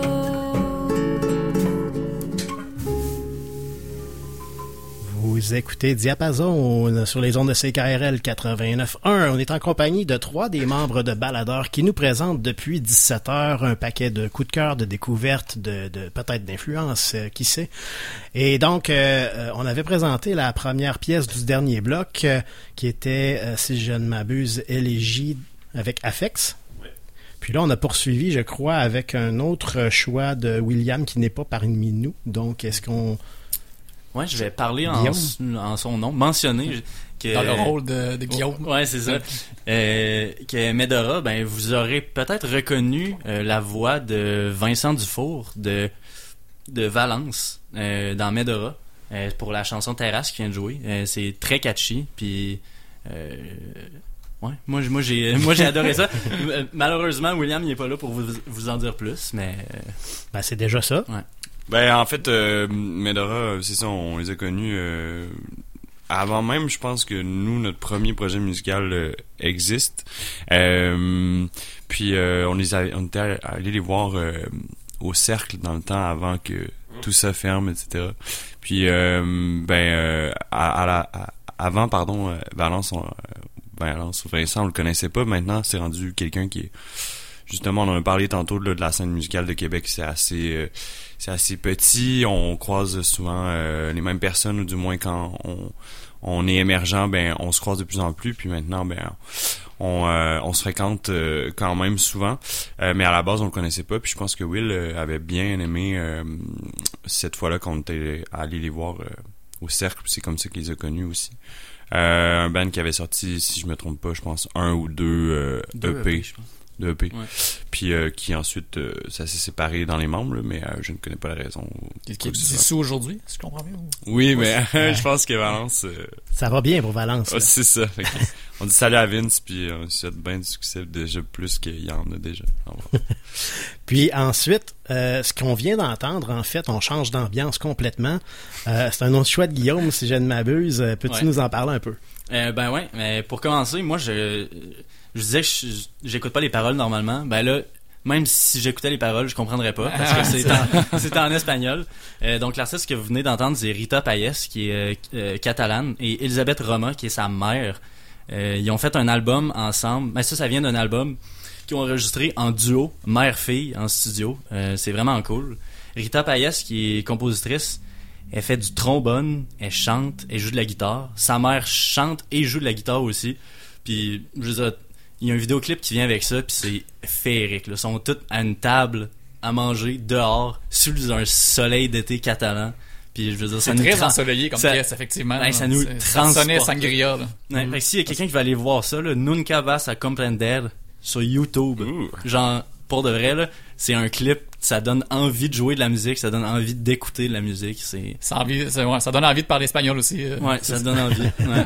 Vous écoutez Diapason sur les ondes de C K R L quatre-vingt-neuf un. On est en compagnie de trois des membres de Baladeur qui nous présentent depuis dix-sept heures un paquet de coups de cœur, de découvertes, de, de peut-être d'influences, euh, qui sait. Et donc, euh, on avait présenté la première pièce du dernier bloc euh, qui était, euh, si je ne m'abuse, Élégie avec Afex. Puis là, on a poursuivi, je crois, avec un autre choix de William qui n'est pas parmi nous. Donc, est-ce qu'on... Ouais, je vais parler en, en son nom, mentionner que... Dans le rôle de, de Guillaume. Ouais, c'est ça. euh, que Medora, ben, vous aurez peut-être reconnu euh, la voix de Vincent Dufour de, de Valence euh, dans Medora euh, pour la chanson Terrasse qui vient de jouer. Euh, c'est très catchy, puis... Euh, ouais, moi, moi, j'ai, moi, j'ai adoré ça. Malheureusement, William, il est pas là pour vous, vous en dire plus, mais... Euh, ben, c'est déjà ça. Ouais. Ben, en fait, euh, Medora, c'est ça, on les a connus euh, avant même, je pense que nous, notre premier projet musical euh, existe. Euh, puis, euh, on les a, on était allés les voir euh, au Cercle dans le temps avant que tout ça ferme, et cetera. Puis, euh, ben, euh, à, à la, à, avant, pardon, euh, Valence, on, euh, Valence, Vincent, on le connaissait pas. Maintenant, c'est rendu quelqu'un qui est... Justement, on en a parlé tantôt là, de la scène musicale de Québec. C'est assez, euh, c'est assez petit. On croise souvent euh, les mêmes personnes, ou du moins quand on, on est émergent, ben on se croise de plus en plus. Puis maintenant, ben on, euh, on se fréquente euh, quand même souvent. Euh, mais à la base, on le connaissait pas. Puis je pense que Will euh, avait bien aimé euh, cette fois-là qu'on était allé les voir euh, au Cercle. Puis c'est comme ça qu'ils les a connus aussi. Euh, un band qui avait sorti, si je me trompe pas, je pense un ou deux, euh, deux E P. E P je pense. De E P. Ouais. Puis euh, qui ensuite euh, ça s'est séparé dans les membres, là, mais euh, je ne connais pas la raison. Qui est dissous aujourd'hui, si je comprends bien. Ou... Oui, mais ouais. Je pense que Valence. Euh... Ça va bien pour Valence. Ah, c'est ça. Fait que, on dit salut à Vince, puis on souhaite bien du succès, déjà plus qu'il y en a déjà. Puis ensuite, euh, ce qu'on vient d'entendre, en fait, on change d'ambiance complètement. Euh, c'est un autre choix de Guillaume, si je ne m'abuse. Peux-tu ouais. nous en parler un peu? Euh, ben ouais, mais pour commencer, moi, je. Je disais que je, j'écoute pas les paroles normalement. Ben là, même si j'écoutais les paroles, je comprendrais pas parce que c'est en, c'est en espagnol. Euh, donc l'artiste que vous venez d'entendre, c'est Rita Payés, qui est euh, catalane, et Elisabeth Roma, qui est sa mère. Euh, ils ont fait un album ensemble. Ben ça, ça vient d'un album qu'ils ont enregistré en duo, mère-fille, en studio. Euh, c'est vraiment cool. Rita Payés, qui est compositrice, elle fait du trombone, elle chante, elle joue de la guitare. Sa mère chante et joue de la guitare aussi. Puis, je veux dire, il y a un vidéoclip qui vient avec ça, puis c'est féerique. Là. Ils sont tous à une table à manger dehors, sous un soleil d'été catalan. Puis je veux dire, c'est ça très nous tra- ensoleillé comme ça, pièce, effectivement. Ben, ça nous transporte. Ça sonnait sangria. Là. Ouais, mm. Fait que s'il y a quelqu'un qui va aller voir ça, là, Nunca vas a comprender sur YouTube. Ooh. Genre, pour de vrai, là, c'est un clip, ça donne envie de jouer de la musique, ça donne envie d'écouter de la musique. C'est... Ça, envie, c'est, ouais, ça donne envie de parler espagnol aussi. Euh, ouais, ça donne envie. Ouais.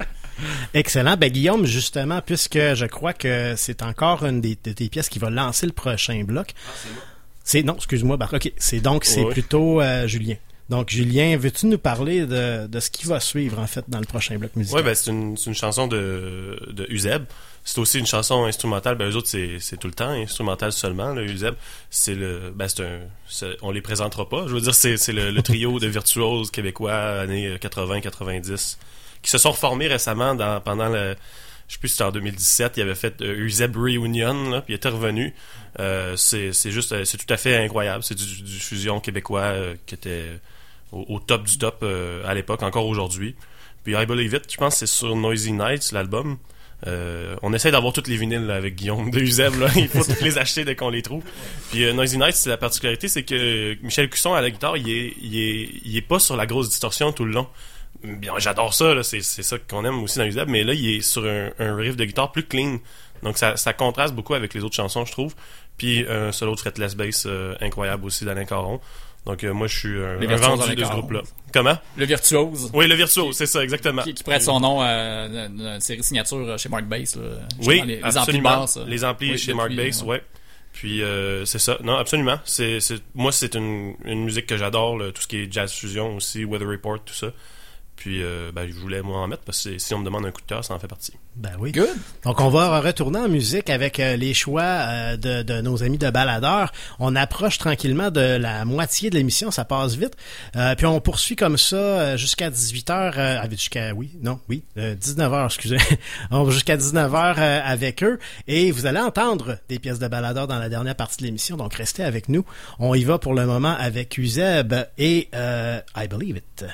Excellent. Ben Guillaume, justement, puisque je crois que c'est encore une des, de tes pièces qui va lancer le prochain bloc. Ah, c'est moi. C'est non, excuse-moi, Bar. Ok, c'est donc c'est oui. plutôt euh, Julien. Donc Julien, veux-tu nous parler de, de ce qui va suivre en fait dans le prochain bloc musical? Oui, ben c'est une c'est une chanson de de Uzeb. C'est aussi une chanson instrumentale. Ben eux autres c'est c'est tout le temps instrumental seulement. Le Uzeb, c'est le ben c'est un c'est, on les présentera pas. Je veux dire c'est c'est le, le trio de virtuoses québécois années quatre-vingts quatre-vingt-dix. Qui se sont reformés récemment dans, pendant le, je sais plus si c'était en deux mille dix-sept, il avait fait euh, Uzeb Reunion, là, puis il était revenu. Euh, c'est, c'est juste, c'est tout à fait incroyable. C'est du, du fusion québécois euh, qui était au, au top du top euh, à l'époque, encore aujourd'hui. Puis I Believe It, je pense que c'est sur Noisy Nights, l'album. Euh, on essaie d'avoir toutes les vinyles là, avec Guillaume de Uzeb, là. Il faut toutes les acheter dès qu'on les trouve. Puis euh, Noisy Nights, c'est la particularité, c'est que Michel Cusson à la guitare, il est, il est, il est pas sur la grosse distorsion tout le long. Bien, j'adore ça, là, c'est, c'est ça qu'on aime aussi dans Uzeb, mais là, il est sur un, un riff de guitare plus clean. Donc, ça, ça contraste beaucoup avec les autres chansons, je trouve. Puis, un solo de fretless bass euh, incroyable aussi d'Alain Caron. Donc, euh, moi, je suis un, un vendu de ce groupe-là. Comment? Le virtuose. Oui, le virtuose, c'est ça, exactement. Qui, qui prête son nom à une série signature chez Mark Bass. Là, oui, les, les absolument. Amplis bass, les amplis oui, chez Mark Bass, ouais. ouais. Puis, euh, c'est ça. Non, absolument. C'est, c'est, moi, c'est une, une musique que j'adore, là, tout ce qui est jazz fusion aussi, Weather Report, tout ça. Puis, euh, ben, je voulais moi en mettre parce que si on me demande un coup de cœur, ça en fait partie. Ben oui. Good. Donc, on va retourner en musique avec euh, les choix euh, de, de nos amis de baladeurs. On approche tranquillement de la moitié de l'émission, ça passe vite. Euh, puis, on poursuit comme ça euh, jusqu'à dix-huit heures. Euh, jusqu'à, oui, non, oui, euh, dix-neuf heures, excusez. On va jusqu'à dix-neuf heures euh, avec eux. Et vous allez entendre des pièces de baladeurs dans la dernière partie de l'émission. Donc, restez avec nous. On y va pour le moment avec Uzeb et euh, I Believe It.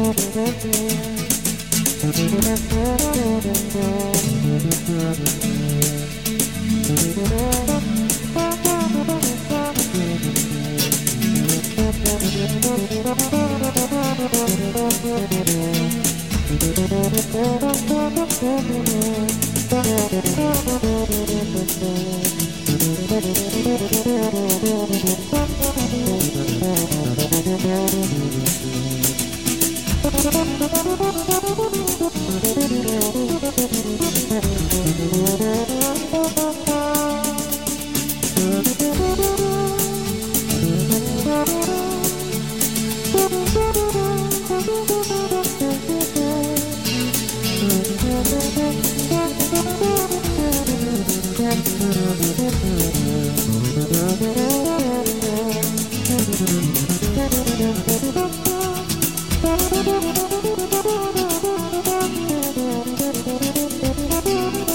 Thank you.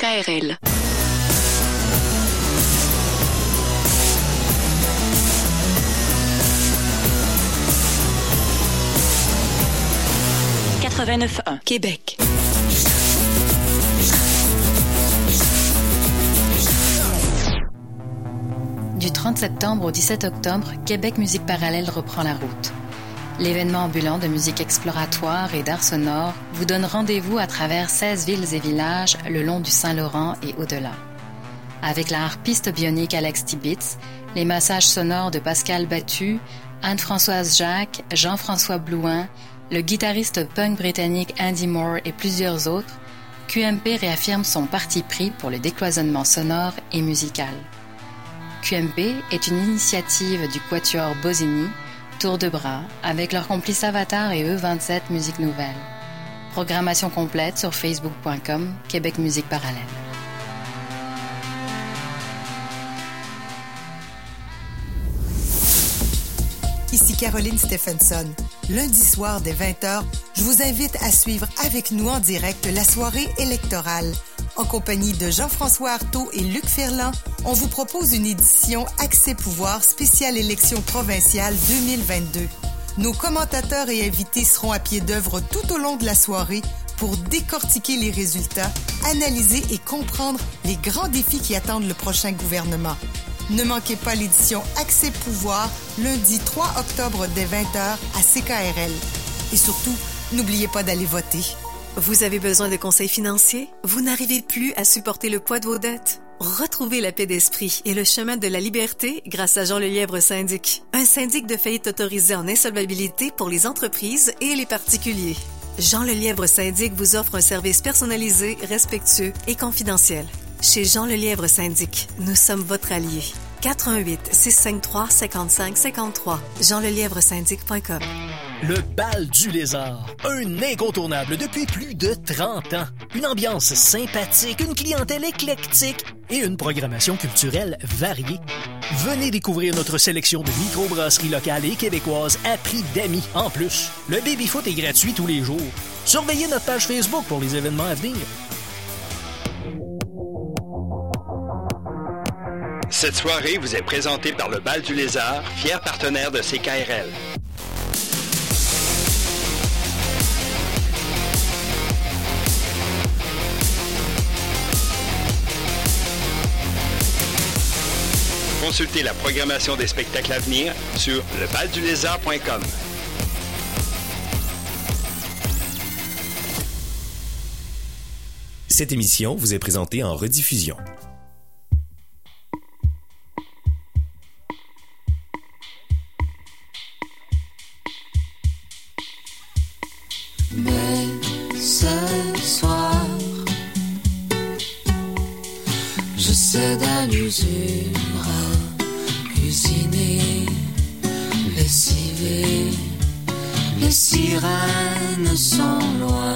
R L. quatre-vingt-neuf un Québec. Du trente septembre au dix-sept octobre, Québec Musique Parallèle reprend la route. L'événement ambulant de musique exploratoire et d'art sonore vous donne rendez-vous à travers seize villes et villages le long du Saint-Laurent et au-delà. Avec la harpiste bionique Alex Tibbetts, les massages sonores de Pascal Battu, Anne-Françoise Jacques, Jean-François Blouin, le guitariste punk britannique Andy Moore et plusieurs autres, Q M P réaffirme son parti pris pour le décloisonnement sonore et musical. Q M P est une initiative du quatuor Bosini, Tour de bras, avec leur complice Avatar et E vingt-sept Musique Nouvelle. Programmation complète sur facebook point com, Québec Musique Parallèle. Ici Caroline Stephenson. Lundi soir dès vingt heures, je vous invite à suivre avec nous en direct la soirée électorale. En compagnie de Jean-François Artaud et Luc Ferland, on vous propose une édition Accès Pouvoir spéciale élection provinciale deux mille vingt-deux. Nos commentateurs et invités seront à pied d'œuvre tout au long de la soirée pour décortiquer les résultats, analyser et comprendre les grands défis qui attendent le prochain gouvernement. Ne manquez pas l'édition Accès Pouvoir, lundi trois octobre dès vingt heures à C K R L. Et surtout, n'oubliez pas d'aller voter. Vous avez besoin de conseils financiers? Vous n'arrivez plus à supporter le poids de vos dettes? Retrouvez la paix d'esprit et le chemin de la liberté grâce à Jean Lelièvre Syndic. Un syndic de faillite autorisé en insolvabilité pour les entreprises et les particuliers. Jean Lelièvre Syndic vous offre un service personnalisé, respectueux et confidentiel. Chez Jean Lelièvre Syndic, nous sommes votre allié. quatre un huit, six cinq trois, cinq cinq cinq trois. jean lelièvre syndic point com. Le Bal du Lézard, un incontournable depuis plus de trente ans. Une ambiance sympathique, une clientèle éclectique et une programmation culturelle variée. Venez découvrir notre sélection de microbrasseries locales et québécoises à prix d'amis. En plus, le baby-foot est gratuit tous les jours. Surveillez notre page Facebook pour les événements à venir. Cette soirée vous est présentée par le Bal du Lézard, fier partenaire de C K R L. Consultez la programmation des spectacles à venir sur le bal du lézard point com. Cette émission vous est présentée en rediffusion. Mais ce soir, je cède à l'usure, cuisiner, lessiver. Les sirènes sont loin,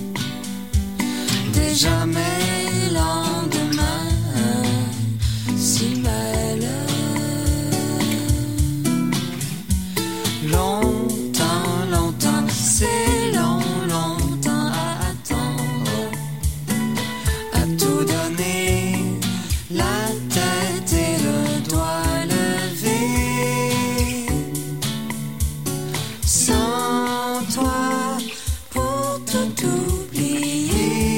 déjà mes lendemains si belles. Longtemps, longtemps, c'est long, longtemps à attendre, à tout donner, la tête et le doigt levé. Sans toi, pour tout oublier.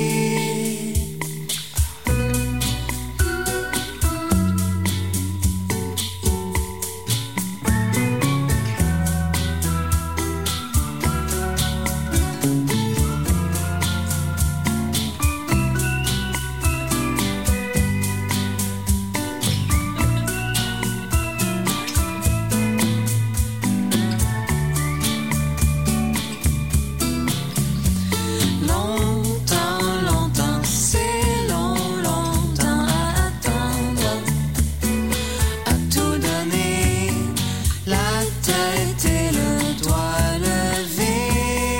Longtemps, longtemps, c'est long, longtemps à attendre, à tout donner, la tête et le doigt levé.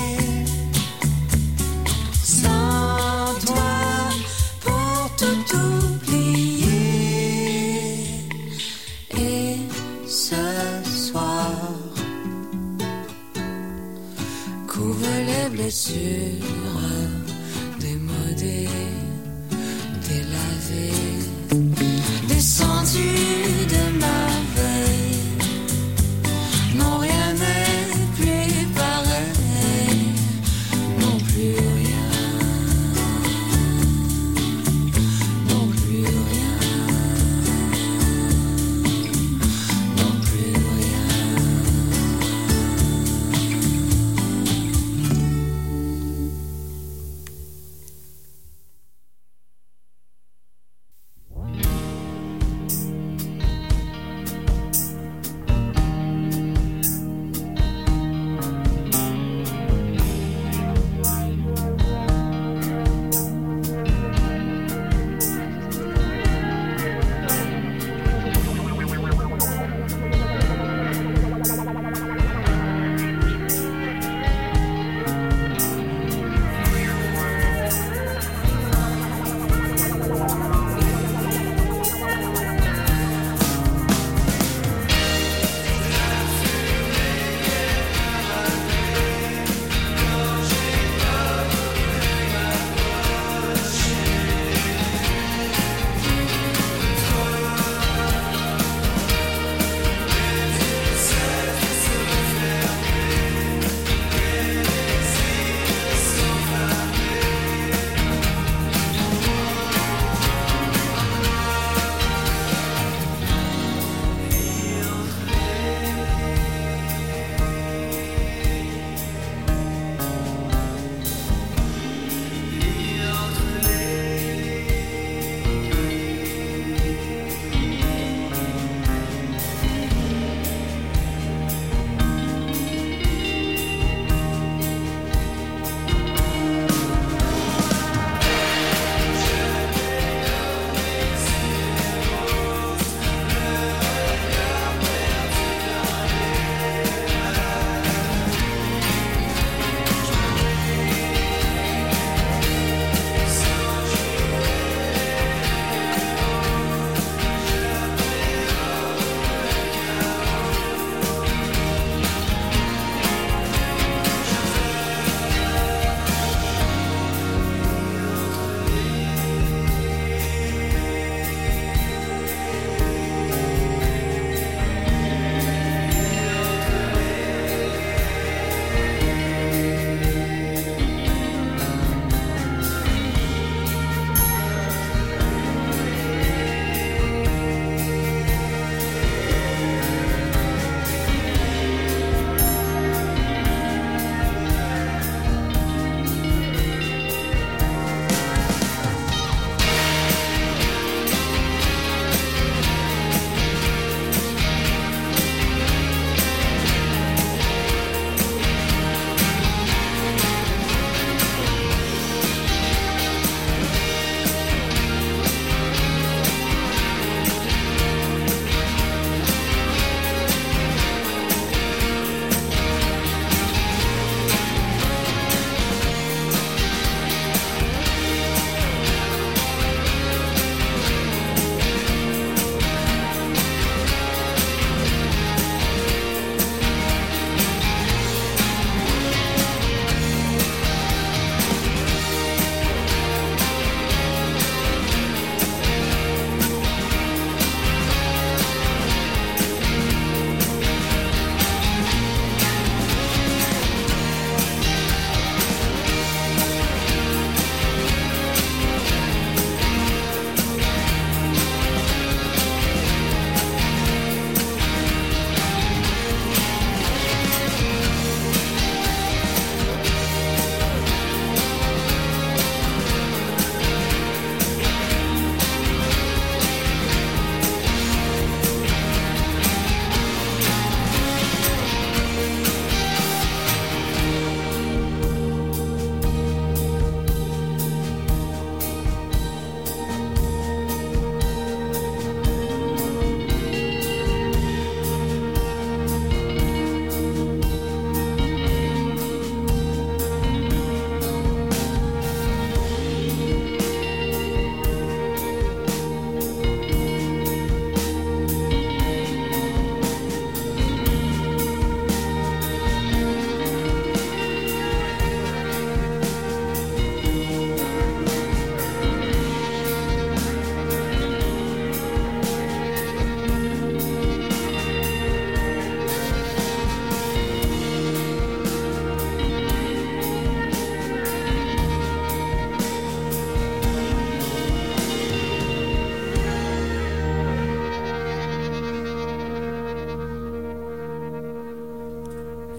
Sans toi, pour tout oublier. Et ce soir, couvre les blessures démodées descendu de ma veille. Non, rien n'est plus pareil, non plus rien, non plus rien, non plus rien.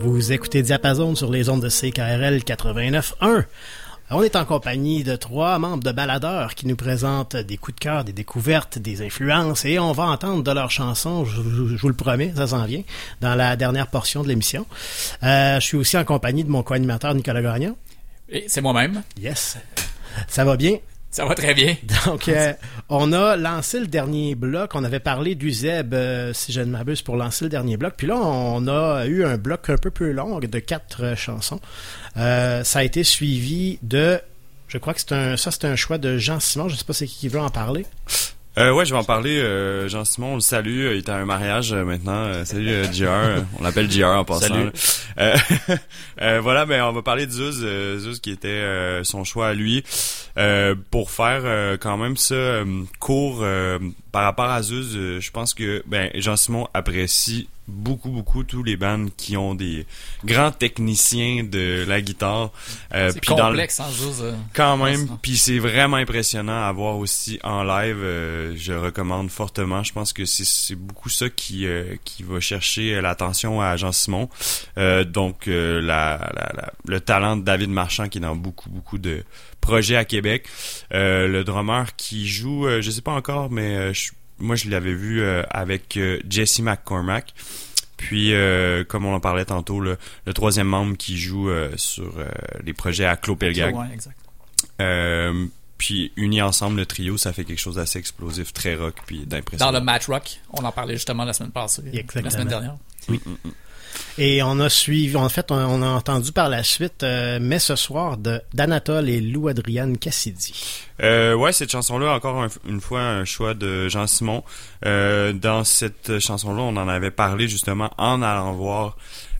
Vous écoutez Diapason sur les ondes de C K R L quatre-vingt-neuf un. On est en compagnie de trois membres de Baladeurs qui nous présentent des coups de cœur, des découvertes, des influences, et on va entendre de leurs chansons, je, je, je vous le promets, ça s'en vient, dans la dernière portion de l'émission. Euh, je suis aussi en compagnie de mon co-animateur Nicolas Gagnon. Et c'est moi-même. Yes. Ça va bien? Ça va très bien. Donc, euh, on a lancé le dernier bloc. On avait parlé du Zeb, euh, si je ne m'abuse, pour lancer le dernier bloc. Puis là, on a eu un bloc un peu plus long de quatre euh, chansons. Euh, ça a été suivi de... Je crois que c'est un, ça, c'est un choix de Jean Simon. Je ne sais pas c'est qui qui veut en parler. Euh, ouais, je vais en parler. Euh, Jean-Simon, on le salue. Il est à un mariage euh, maintenant. Euh, salut euh, J R. On l'appelle J R en passant. Salut. Euh, euh, voilà, ben on va parler de Zuz. Euh, Zuz qui était euh, son choix à lui. Euh, pour faire euh, quand même ça euh, court euh, par rapport à Zuz, euh, je pense que ben Jean-Simon apprécie beaucoup beaucoup tous les bands qui ont des grands techniciens de la guitare. Euh, c'est puis complexe, dans le... hein, Zuz. Euh, quand même, puis c'est vraiment impressionnant à voir aussi en live. Euh, je le recommande fortement. Je pense que c'est, c'est beaucoup ça qui euh, qui va chercher l'attention à Jean-Simon. Euh, donc euh, la, la, la le talent de David Marchand qui est dans beaucoup beaucoup de projets à Québec. Euh, le drummer qui joue, euh, je sais pas encore, mais euh, je, moi je l'avais vu euh, avec euh, Jesse McCormack. Puis, euh, comme on en parlait tantôt, le, le troisième membre qui joue euh, sur euh, les projets à Claude Pelgag. Ouais, exact. Euh, puis, unis ensemble, le trio, ça fait quelque chose d'assez explosif, très rock, puis d'impressionnant. Dans le match rock, on en parlait justement la semaine passée, exactement. La semaine dernière. Oui. Mm-mm. Et on a suivi, en fait, on, on a entendu par la suite euh, Mais ce soir de d'Anatole et Lou Adriane Cassidy. Euh, ouais, cette chanson-là, encore un, une fois, un choix de Jean Simon. Euh, dans cette chanson-là, on en avait parlé justement en allant voir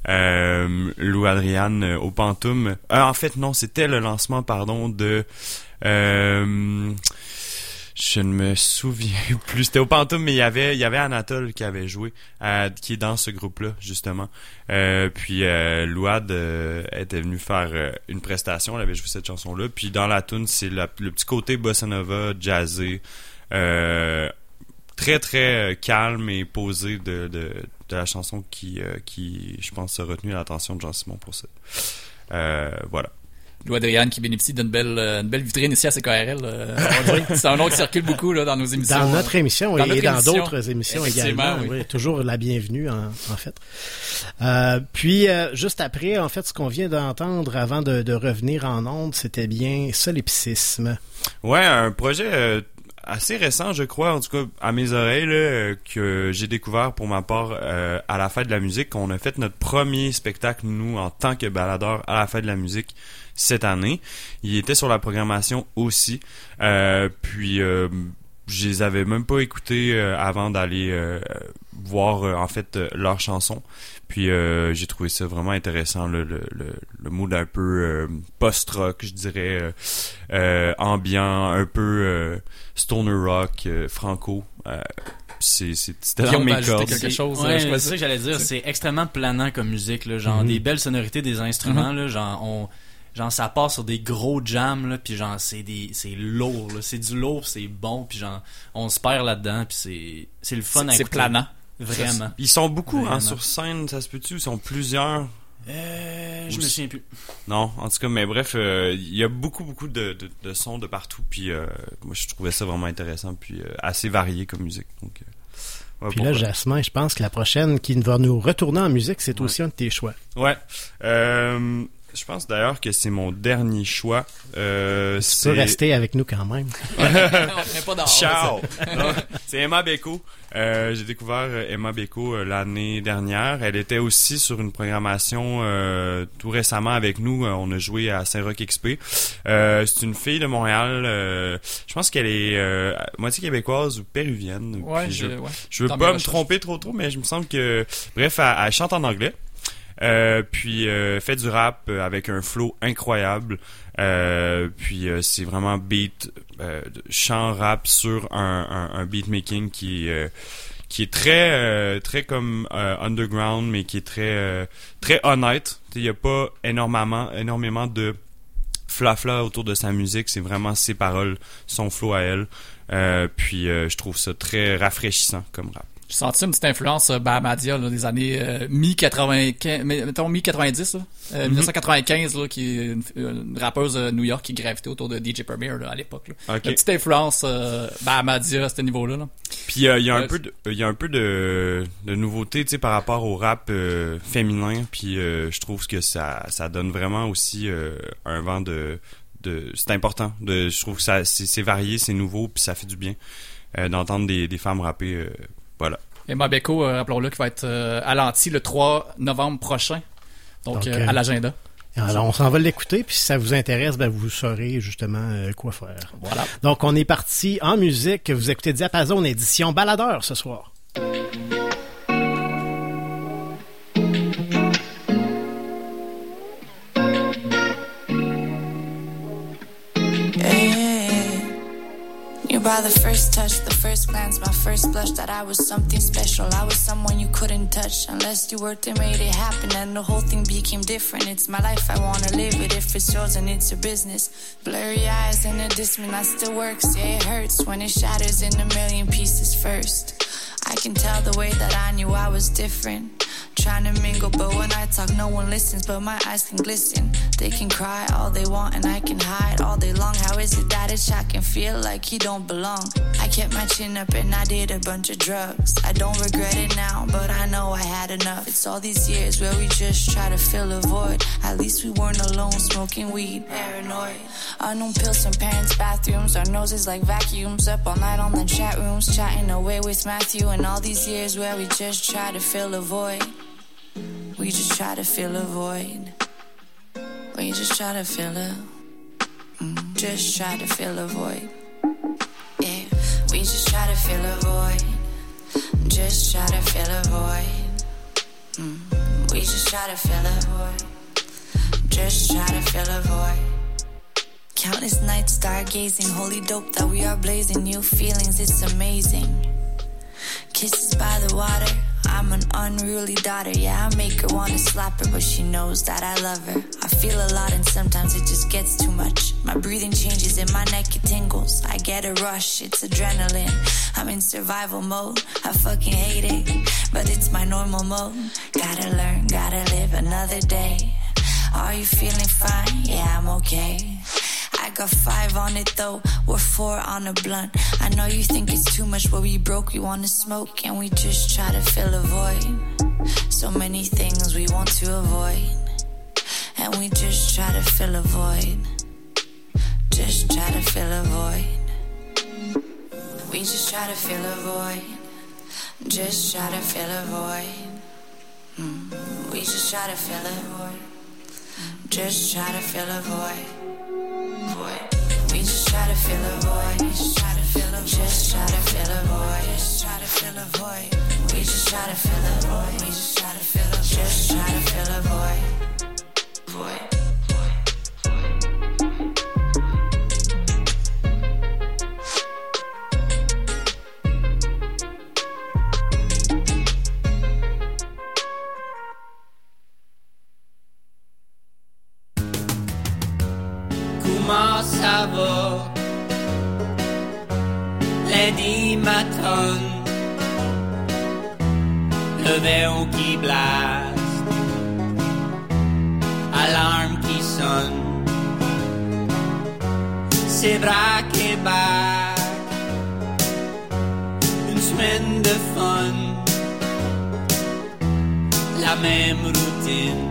euh, Lou Adriane au Pantoum. Euh, en fait, non, c'était le lancement, pardon, de... Euh, je ne me souviens plus. C'était au Pantoum, mais il y avait, il y avait Anatole qui avait joué, euh, qui est dans ce groupe-là, justement. Euh, puis euh, Louad euh, était venu faire euh, une prestation, elle avait joué cette chanson-là. Puis dans la tune, c'est la, le petit côté bossa nova, jazzé, euh, très très calme et posé de, de, de la chanson qui, euh, qui, je pense, a retenu l'attention de Jean-Simon pour ça. Euh, voilà. Lou Adriane qui bénéficie d'une belle, une belle vitrine ici à C K R L. Euh, c'est un nom qui circule beaucoup là, dans nos émissions. Dans notre émission dans et notre dans émission. d'autres émissions également. Oui. Oui, toujours la bienvenue en, en fait. Euh, puis, euh, juste après, en fait, ce qu'on vient d'entendre avant de, de revenir en ondes, c'était bien Solipsisme. Ouais, un projet... Euh... assez récent, je crois, en tout cas à mes oreilles, là, que j'ai découvert pour ma part euh, à la Fête de la musique. On a fait notre premier spectacle, nous, en tant que baladeurs, à la Fête de la musique cette année. Il était sur la programmation aussi. Euh, puis, euh, je les avais même pas écoutés euh, avant d'aller euh, voir, euh, en fait, euh, leurs chansons. Puis, euh, j'ai trouvé ça vraiment intéressant, le, le, le, le mood un peu euh, post-rock, je dirais, euh, euh, ambiant, un peu euh, stoner rock, euh, franco. Euh, c'est, c'est, c'était dans mes cordes. quelque chose. Ouais, c'est ça que j'allais dire. C'est extrêmement planant comme musique, là, genre mm-hmm. des belles sonorités des instruments, mm-hmm. là, genre on... Genre ça part sur des gros jams là, puis genre c'est des c'est lourd là, c'est du lourd, c'est bon, puis genre on se perd là-dedans, puis c'est c'est le fun à écouter. C'est planant. Vraiment. Ils sont beaucoup hein, sur scène, ça se peut-tu? Ils sont plusieurs. Euh, je me souviens plus. Non, en tout cas, mais bref, il euh, y a beaucoup, beaucoup de, de, de sons de partout, puis euh, moi je trouvais ça vraiment intéressant, puis euh, assez varié comme musique. Donc, euh, ouais, puis là, Jasmin, je pense que la prochaine qui va nous retourner en musique, c'est ouais. aussi un de tes choix. Ouais. Euh... Je pense d'ailleurs que c'est mon dernier choix. Euh, tu c'est... peux rester avec nous quand même. On n'est pas dehors. Ciao! Non, c'est Emma Beko. Euh, j'ai découvert Emma Beko euh, l'année dernière. Elle était aussi sur une programmation euh, tout récemment avec nous. On a joué à Saint-Roch X P. Euh, c'est une fille de Montréal. Euh, je pense qu'elle est euh, moitié québécoise ou péruvienne. Ouais, je, je, ouais. je veux Tant pas me tromper trop trop, mais je me semble que... Bref, elle, elle chante en anglais. Euh, puis euh, fait du rap euh, avec un flow incroyable. Euh, puis euh, c'est vraiment beat, euh, chant rap sur un, un, un beatmaking qui euh, qui est très euh, très comme euh, underground, mais qui est très euh, très honnête. Il y a pas énormément énormément de flafla autour de sa musique. C'est vraiment ses paroles, son flow à elle. Euh, puis euh, je trouve ça très rafraîchissant comme rap. J'ai senti une petite influence euh, Bahamadia là, des années euh, mi-quatre-vingt-quinze, mettons mi-quatre-vingt-dix, là, euh, mm-hmm. dix-neuf cent quatre-vingt-quinze, là, qui est une, une rappeuse de New York qui gravitait autour de D J Premier là, à l'époque. Là. Okay. Une petite influence euh, Bahamadia à ce niveau-là. Là. Puis il euh, y a un euh, peu de, il y a un peu de, de nouveauté, tu sais, par rapport au rap euh, féminin. Puis euh, je trouve que ça, ça donne vraiment aussi euh, un vent de, de, c'est important. De, je trouve que ça, c'est, c'est varié, c'est nouveau, puis ça fait du bien euh, d'entendre des, des femmes rapper. Euh, Voilà. Et Mabeko, euh, rappelons-le, qui va être euh, à l'Anti le trois novembre prochain. Donc, Donc euh, à l'agenda. Alors, on s'en va l'écouter, puis si ça vous intéresse, ben, vous saurez justement euh, quoi faire. Voilà. Donc, on est parti en musique. Vous écoutez Diapason, édition baladeur ce soir. By the first touch, the first glance, my first blush, that I was something special. I was someone you couldn't touch unless you worked and made it happen, and the whole thing became different. It's my life, I wanna live it. If it's yours and it's your business. Blurry eyes and a distant, that still works. Yeah, it hurts when it shatters in a million pieces first. I can tell the way that I knew I was different. Trying to mingle, but when I talk, no one listens. But my eyes can glisten. They can cry all they want, and I can hide all day long. How is it that it's I can feel like he don't belong? I kept my chin up and I did a bunch of drugs. I don't regret it now, but I know I had enough. It's all these years where we just try to fill a void. At least we weren't alone, smoking weed, paranoid. Unknown pills from parents' bathrooms. Our noses like vacuums. Up all night on the chat rooms, chatting away with Matthew. And all these years where we just try to fill a void. We just try to fill a void. We just try to fill a mm, Just try to fill a void. Yeah, we just try to fill a void. Just try to fill a void. mm, We just try to fill a void. Just try to fill a void. Countless nights stargazing. Holy dope that we are blazing. New feelings, it's amazing. Kisses by the water. I'm an unruly daughter, yeah, I make her wanna slap her, but she knows that I love her. I feel a lot and sometimes it just gets too much. My breathing changes, in my neck it tingles. I get a rush, it's adrenaline. I'm in survival mode, I fucking hate it, but it's my normal mode. Gotta learn, gotta live another day. Are you feeling fine? Yeah, I'm okay. I got five on it though, we're four on a blunt. I know you think it's too much, but we broke, we wanna smoke, and we just try to fill a void. So many things we want to avoid, and we just try to fill a void. Just try to fill a void. We just try to fill a void. Just try to fill a void. mm. We just try to fill a void. Just try to fill a void. We just try to fill a void. Just try to fill a void. Just try to fill a void. Just try to fill a void. We just try to fill a void. We just try to fill a void. Just try to fill a void. Void. Comment ça va? Lady Matron, le verrou qui blast, alarme qui sonne, c'est braque et bac, une semaine de fun, la même routine.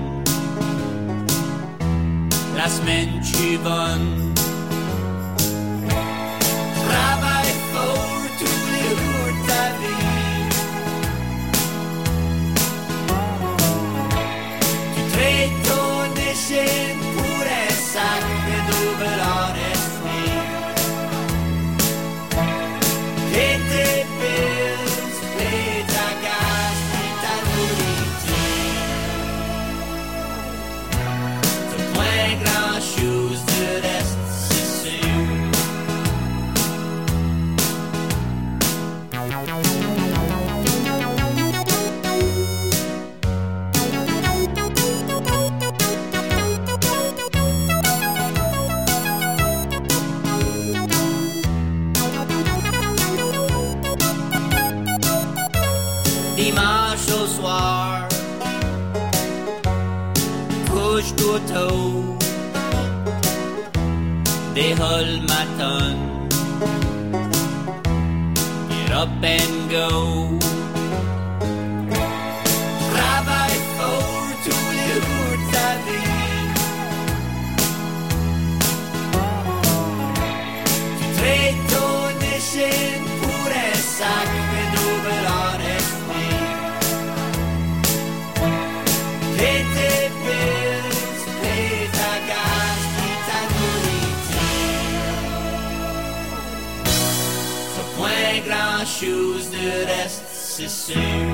La semaine chivonne. Travaille fort tous les jours de ta vie. Tu traites ton déchet pour un sac d'ouvert esprit. Et tes billes, et ta gaz, et ta nourriture. Grand chose de reste dimanche au soir, couche-toi tôt, déroule ma tonne, get up and go. Travaille fort tous les jours de ta vie, tu traites ton échine pour un sac de en esprit. Et tes billes, et ta gaz, et ta nourriture. C'est point grand chose de reste, c'est sûr.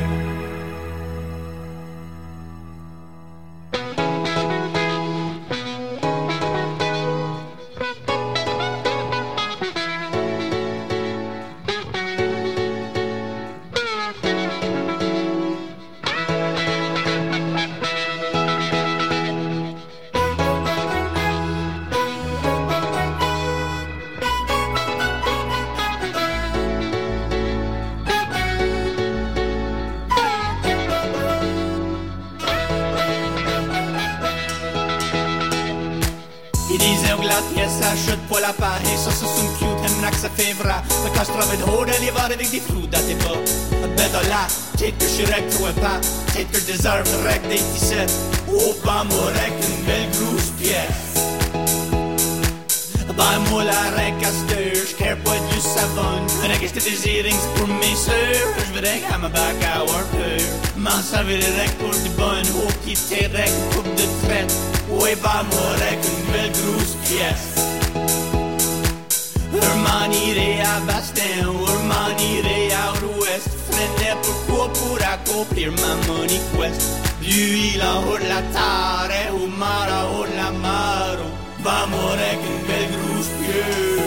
Chute på la Paris, så så som cute henne que ça fait vrai. Men quand je travaille de haut, d'aller voir avec des flous dans tes pas. Att bädda là, peut-être que je suis rec, toi pas. Peut-être que je déserve le rec des dix-sept. Oh, pas moi rec, une belle grosse pièce. Ben moi la rec à steur, je care pas du savon. Mais rec, j'étais des earrings pour mes sœurs. Je veux rec à ma back à worker. M'en servir les rec pour du bon. Oh, quitter rec, coupe de traite. Ouais, ben moi rec, une belle grosse pièce. M'en irai à Bastin, ou m'en irai à l'ouest. Freinais pourquoi pour accomplir ma money quest. Lui, en haut de la terre, ou mar en haut de la mar. Vamos avec une belle grosse pièce.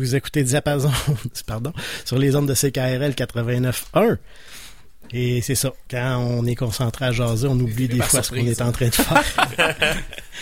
vous écoutez Diapason, pardon, sur les ondes de C K R L quatre-vingt-neuf point un. Et c'est ça, quand on est concentré à jaser, on oublie des fois ce qu'on est en train de faire.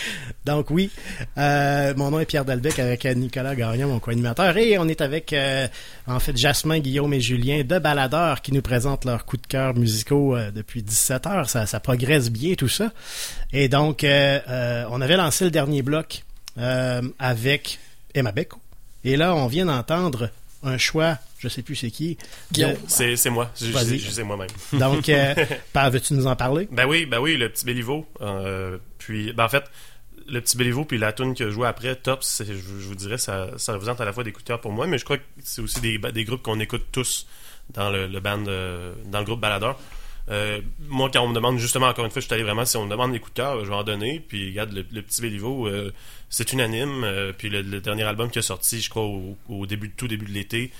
Donc oui, euh, mon nom est Pierre Delbecq avec Nicolas Gagnon, mon co-animateur, et on est avec, euh, en fait, Jasmin, Guillaume et Julien de Baladeurs qui nous présentent leurs coups de cœur musicaux euh, depuis dix-sept heures. Ça, ça progresse bien tout ça. Et donc, euh, euh, on avait lancé le dernier bloc euh, avec Emma Beko. Et là, on vient d'entendre un choix, je sais plus c'est qui. De... C'est, c'est moi, je, je, je sais moi-même. Donc, euh, veux-tu nous en parler? Ben oui, ben oui, le petit Béliveau. Euh, puis, ben en fait, le petit Béliveau puis la tune que je jouais après, Tops, c'est, je, je vous dirais, ça, ça représente à la fois des coups de cœur pour moi, mais je crois que c'est aussi des, des groupes qu'on écoute tous dans le, le band, euh, dans le groupe Baladeur. Euh, moi, quand on me demande, justement, encore une fois, je suis allé vraiment, si on me demande des coups de cœur, je vais en donner. Puis, regarde, le, le petit Béliveau, euh, c'est unanime. Euh, puis, le, le dernier album qui est sorti, je crois, au, au début, tout début de l'été,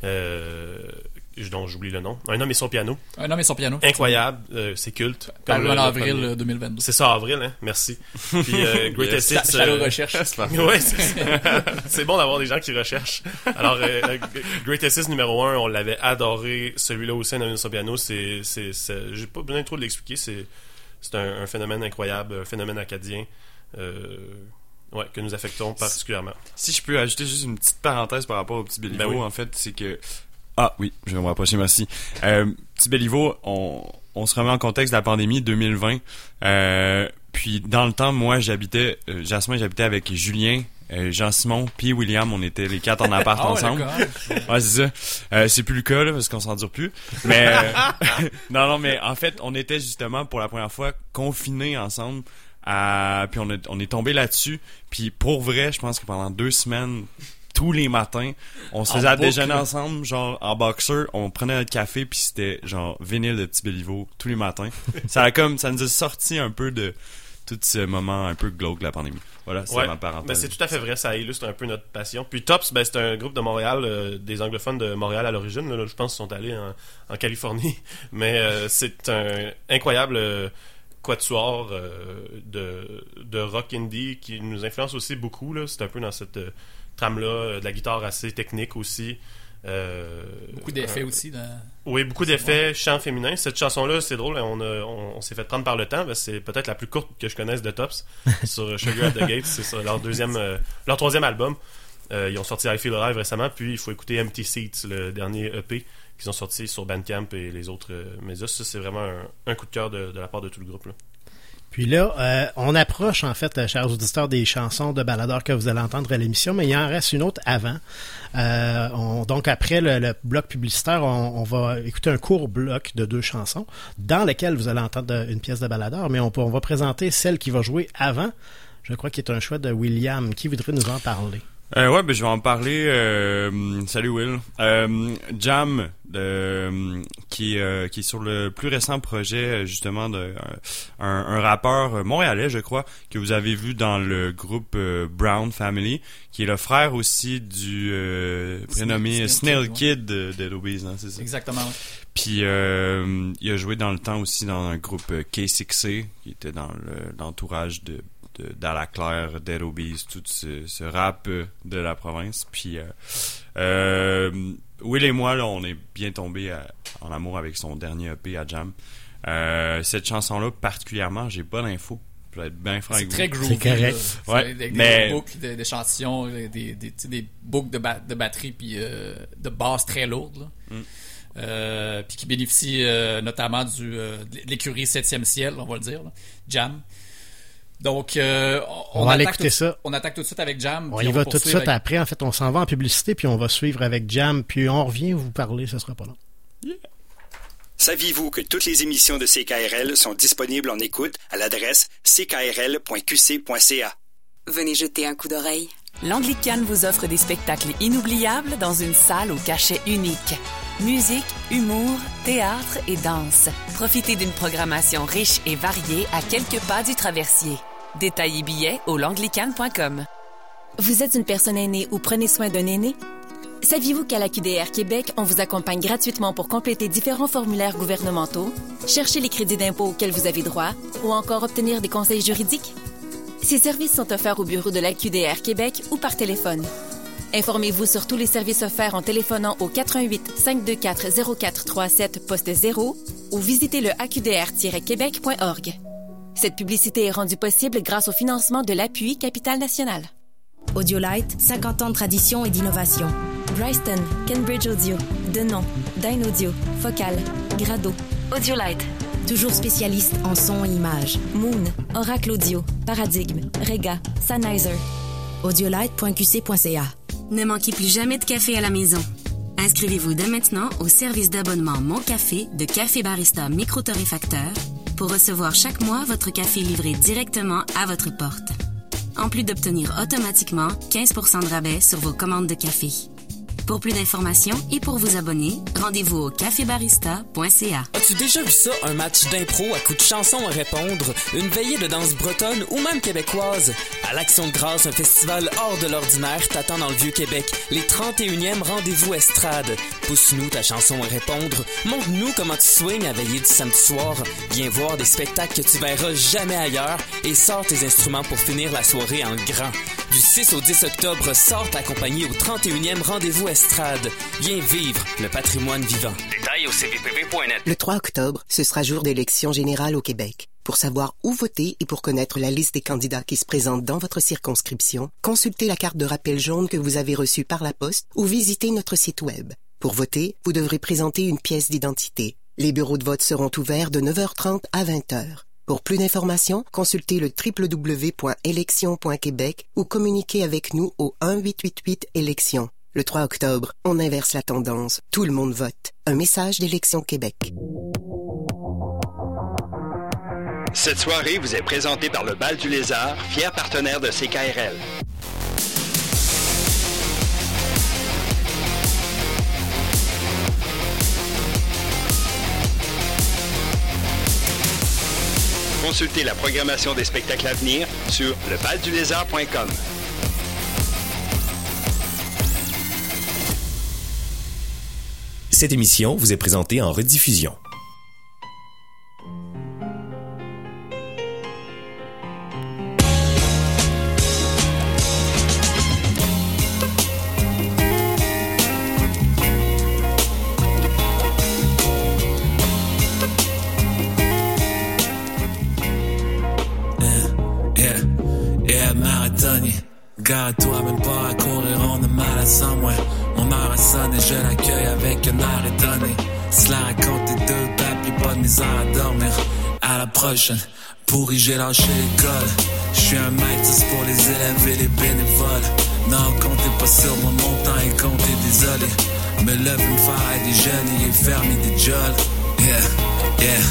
euh, dont j'oublie le nom. Un homme et son piano. Un homme et son piano. Incroyable, euh, c'est culte. Comme en avril deux mille vingt-deux. C'est ça, avril, hein, merci. Puis, euh, Greatest Hits. C'est euh, recherche. Ouais, c'est, c'est bon d'avoir des gens qui recherchent. Alors, euh, Greatest Hits numéro un, on l'avait adoré. Celui-là aussi, un homme et son piano, c'est, c'est, c'est, j'ai pas besoin trop de l'expliquer. C'est, c'est un, un phénomène incroyable, un phénomène acadien. Euh, Ouais, que nous affectons particulièrement. Si je peux ajouter juste une petite parenthèse par rapport au petit Béliveau, ben oui. En fait, c'est que... Ah oui, je vais me rapprocher, merci. Euh, petit Béliveau, on, on se remet en contexte de la pandémie deux mille vingt. Euh, puis dans le temps, moi, j'habitais... Euh, Jasmin, j'habitais avec Julien, euh, Jean-Simon, puis William. On était les quatre en appart oh, ensemble. Ouais, c'est ça. Euh, c'est plus le cas, là, parce qu'on s'endure plus. Mais... Euh, non, non, mais en fait, on était justement, pour la première fois, confinés ensemble. Euh, puis on, a, on est tombé là-dessus. Puis pour vrai, je pense que pendant deux semaines, tous les matins, on se faisait à déjeuner ensemble, genre en boxer, on prenait notre café, puis c'était genre vinyle de Petit Béliveau tous les matins. Ça a comme, ça nous a sorti un peu de tout ce moment un peu glauque de la pandémie. Voilà, c'est ouais, ma parenthèse. Ben c'est tout à fait vrai, ça illustre un peu notre passion. Puis Tops, ben c'est un groupe de Montréal, euh, des anglophones de Montréal à l'origine. Là, je pense qu'ils sont allés en, en Californie, mais euh, c'est un incroyable. Euh, quatuor euh, de, de rock indie qui nous influence aussi beaucoup. Là. C'est un peu dans cette euh, trame-là, euh, de la guitare assez technique aussi. Euh, beaucoup d'effets euh, aussi. Dans... Oui, beaucoup d'effets, chant féminin. Cette chanson-là, c'est drôle, on, a, on, on s'est fait prendre par le temps. C'est peut-être la plus courte que je connaisse de Tops sur Sugar at the Gates. C'est sur leur, deuxième, euh, leur troisième album. Euh, ils ont sorti I Feel Alive récemment, puis il faut écouter Empty Seats, le dernier E P qu'ils ont sorti sur Bandcamp et les autres euh, médias. Ça, c'est vraiment un, un coup de cœur de, de la part de tout le groupe. Là. Puis là, euh, on approche, en fait, chers auditeurs, des chansons de Baladeurs que vous allez entendre à l'émission, mais il en reste une autre avant. Euh, on, donc, après le, le bloc publicitaire, on, on va écouter un court bloc de deux chansons dans lequel vous allez entendre une pièce de Baladeurs, mais on, on va présenter celle qui va jouer avant. Je crois qu'il est un choix de William. Qui voudrait nous en parler? Euh, ouais, ben je vais en parler. Euh, salut Will. Euh, Jam, de, qui, euh, qui est sur le plus récent projet justement de un, un rappeur montréalais, je crois, que vous avez vu dans le groupe euh, Brown Family, qui est le frère aussi du euh, prénommé Snail Kid de Dead Obies, hein, c'est ça? Exactement. Ouais. Puis euh, il a joué dans le temps aussi dans un groupe K six C, qui était dans le, l'entourage de De, d'Alaclaire, Dead Obies, tout ce, ce rap euh, de la province. Puis euh, euh, Will et moi, là, on est bien tombés à, en amour avec son dernier E P à Jam. Euh, cette chanson-là, particulièrement, j'ai pas d'infos. Je vais être bien franc avec vous. C'est très groovy. C'est correct. Ouais, avec des, mais... des boucles de, de chansons, des, des, des boucles de, ba- de batterie puis euh, de basse très lourdes. Là. Mm. Euh, puis qui bénéficient euh, notamment du, euh, de l'écurie septième ciel, on va le dire. Là. Jam. Donc, euh, on, on va aller écouter tout, ça. On attaque tout de suite avec Jam. On y va, va tout de suite avec... après. En fait, on s'en va en publicité, puis on va suivre avec Jam, puis on revient vous parler, ce sera pas long. Yeah. Saviez-vous que toutes les émissions de C K R L sont disponibles en écoute à l'adresse c k r l point q c point c a? Venez jeter un coup d'oreille. L'Anglicane vous offre des spectacles inoubliables dans une salle au cachet unique. Musique, humour, théâtre et danse. Profitez d'une programmation riche et variée à quelques pas du traversier. Détails et billets au langlicane point com. Vous êtes une personne aînée ou prenez soin d'un aîné? Saviez-vous qu'à la Q D R Québec, on vous accompagne gratuitement pour compléter différents formulaires gouvernementaux, chercher les crédits d'impôt auxquels vous avez droit ou encore obtenir des conseils juridiques? Ces services sont offerts au bureau de la Q D R Québec ou par téléphone. Informez-vous sur tous les services offerts en téléphonant au quatre un huit, cinq deux quatre, zéro quatre trois sept poste zéro ou visitez le a q d r tiret québec point org. Cette publicité est rendue possible grâce au financement de l'appui Capital National. Audiolite, cinquante ans de tradition et d'innovation. Bryston, Cambridge Audio, Denon, Dyn Audio, Focal, Grado. Audiolite. Toujours spécialiste en son et images. Moon, Oracle Audio, Paradigme, Rega, Sennheiser. audiolite point q c point c a. Ne manquez plus jamais de café à la maison. Inscrivez-vous dès maintenant au service d'abonnement Mon Café de Café Barista Micro-Torréfacteur pour recevoir chaque mois votre café livré directement à votre porte. En plus d'obtenir automatiquement quinze pour cent de rabais sur vos commandes de café. Pour plus d'informations et pour vous abonner, rendez-vous au café barista point c a. As-tu déjà vu ça, un match d'impro à coups de chansons à répondre, une veillée de danse bretonne ou même québécoise? À l'Action de grâce, un festival hors de l'ordinaire t'attend dans le Vieux-Québec, les trente et unième rendez-vous estrade. Pousse-nous ta chanson à répondre, montre-nous comment tu swings à veiller du samedi soir, viens voir des spectacles que tu verras jamais ailleurs et sors tes instruments pour finir la soirée en grand. Du six au dix octobre, sors ta compagnie au trente et unième rendez-vous estrade. Viens vivre le patrimoine vivant. Détails au c v p v point net. Le trois octobre, ce sera jour d'élection générale au Québec. Pour savoir où voter et pour connaître la liste des candidats qui se présentent dans votre circonscription, consultez la carte de rappel jaune que vous avez reçue par la poste ou visitez notre site Web. Pour voter, vous devrez présenter une pièce d'identité. Les bureaux de vote seront ouverts de neuf heures trente à vingt heures. Pour plus d'informations, consultez le w w w point élections point québec ou communiquez avec nous au un huit huit huit élections. Le trois octobre, on inverse la tendance. Tout le monde vote. Un message d'Élections Québec. Cette soirée vous est présentée par le Bal du Lézard, fier partenaire de C K R L. Consultez la programmation des spectacles à venir sur le bal du lézard point com. Cette émission vous est présentée en rediffusion. Garde-toi même pas à courir, on a mal à sang, ouais. Mon heure a sonné, je l'accueille avec un air étonné. Cela raconte tes deux papes, y'a pas de misère à dormir. À la prochaine, pourri j'ai lâché l'école. J'suis un maître, c'est pour les élèves et les bénévoles. Non, comptez pas sur moi, mon temps est compté, désolé. Me lève une faire des jeunes, il est fermé des jolls. Yeah, yeah.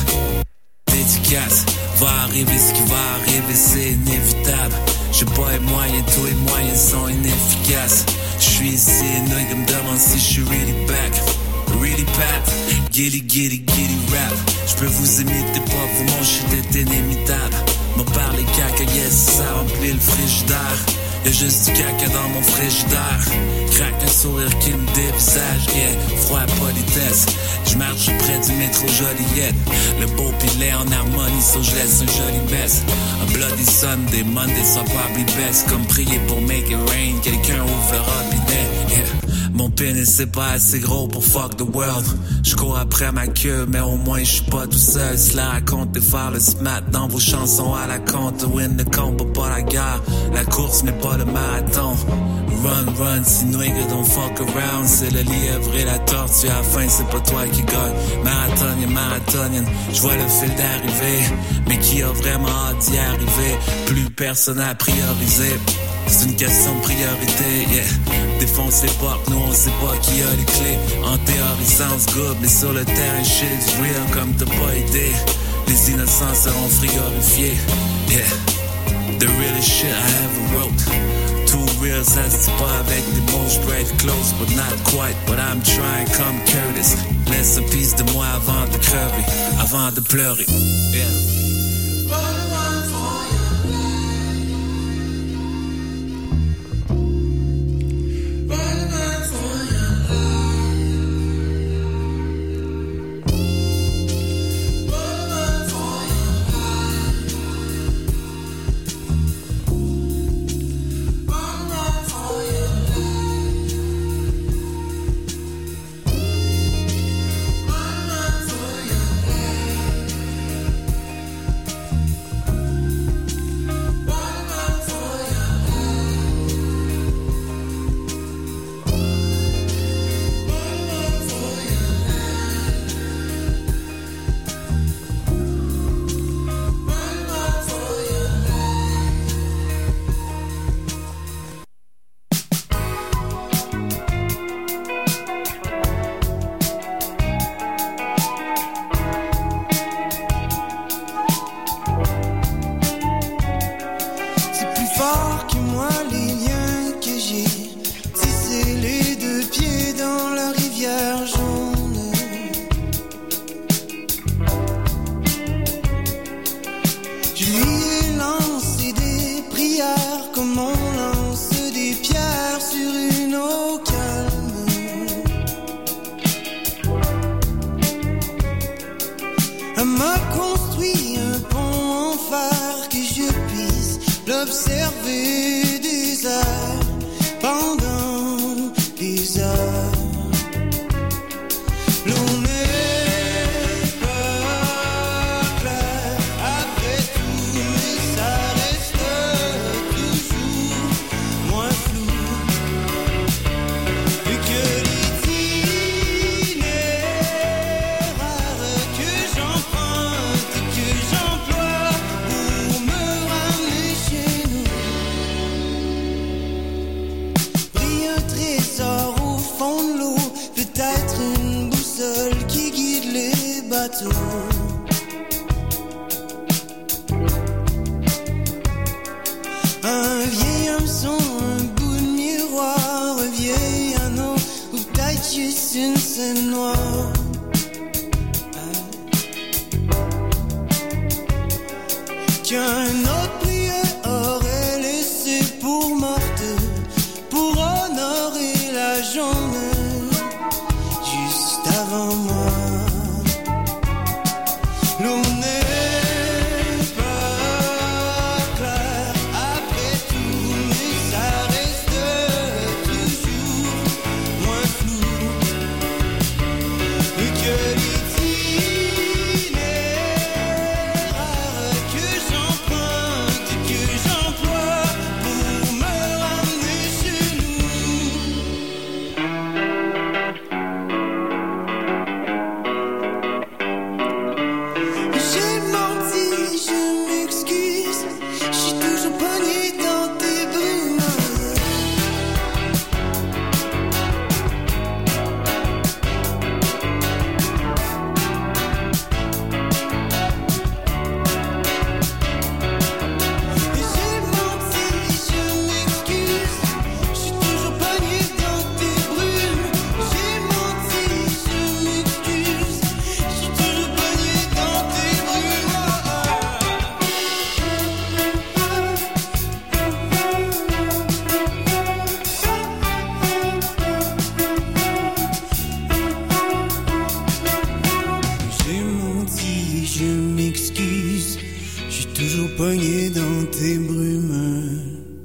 Dédicace, va arriver ce qui va arriver, c'est inévitable. J'ai pas les moyens, tous les moyens sont inefficaces. J'suis ici et nigga me demande si j'suis really back. Really bad, giddy giddy giddy rap. J'peux vous imiter, pas vous, mon shit est inimitable. M'en parler caca, yes, ça remplit le frigidaire. Y'a juste du caca dans mon frigidaire. Craque un sourire qui me dévisage, yeah. Froid politesse, j'marche près du métro Joliette. Le beau pilet en harmonie, so j'laisse un joli mess. Un bloody Sunday, Monday, soit probably best. Comme prier pour make it rain, quelqu'un ouvre le robinet, yeah. Mon pénis c'est pas assez gros pour fuck the world. J'cours après ma queue, mais au moins j'suis pas tout seul. Cela raconte de faire le smat dans vos chansons à la compte. Win the combat, pas la guerre. La course n'est pas le marathon. Run, run, si nigga don't fuck around. C'est le lièvre et la tortue, à la fin c'est pas toi qui gagne. Marathonien, marathonienne, j'vois le fil d'arrivée. Mais qui a vraiment hâte d'y arriver? Plus personne à prioriser. C'est une question de priorité, yeah. Défonce les portes, nous on sait pas qui a les clés. En théorie sounds good, mais sur le terrain shit's real comme t'as pas idée. Les innocents seront frigorifiés, yeah. The realest shit I ever wrote. Two real, ça se dit pas avec des mots, j'break close but not quite. But I'm trying comme Curtis. Laisse une piece de moi avant de crever, avant de pleurer, yeah. Elle m'a construit un pont en phare que je puisse l'observer des heures pendant des heures. L'eau n'est pas claire après tout, mais ça reste toujours moins flou que l'itinéraire que j'emprunte, que j'emploie pour me ramener chez nous. Brille un trésor au fond de l'eau, peut-être une boussole qui guide les bateaux. Un vieil hameçon, un bout de miroir, un vieil anneau, ou peut-être juste une scène noire. Qu'un autre prieur aurait laissé pour morte, pour honorer la journée juste avant moi. L'eau n'est pas claire après tout, mais ça reste toujours moins flou que l'itinéraire que j'emprunte, que j'emploie pour me ramener chez nous. J'ai menti, je m'excuse, je suis toujours pogné dans tes brumes. J'ai menti, je m'excuse, je suis toujours pogné dans tes brumes. J'ai menti, je m'excuse, je suis toujours pogné dans tes brumes. J'ai menti, je m'excuse, je suis toujours pogné dans tes brumes.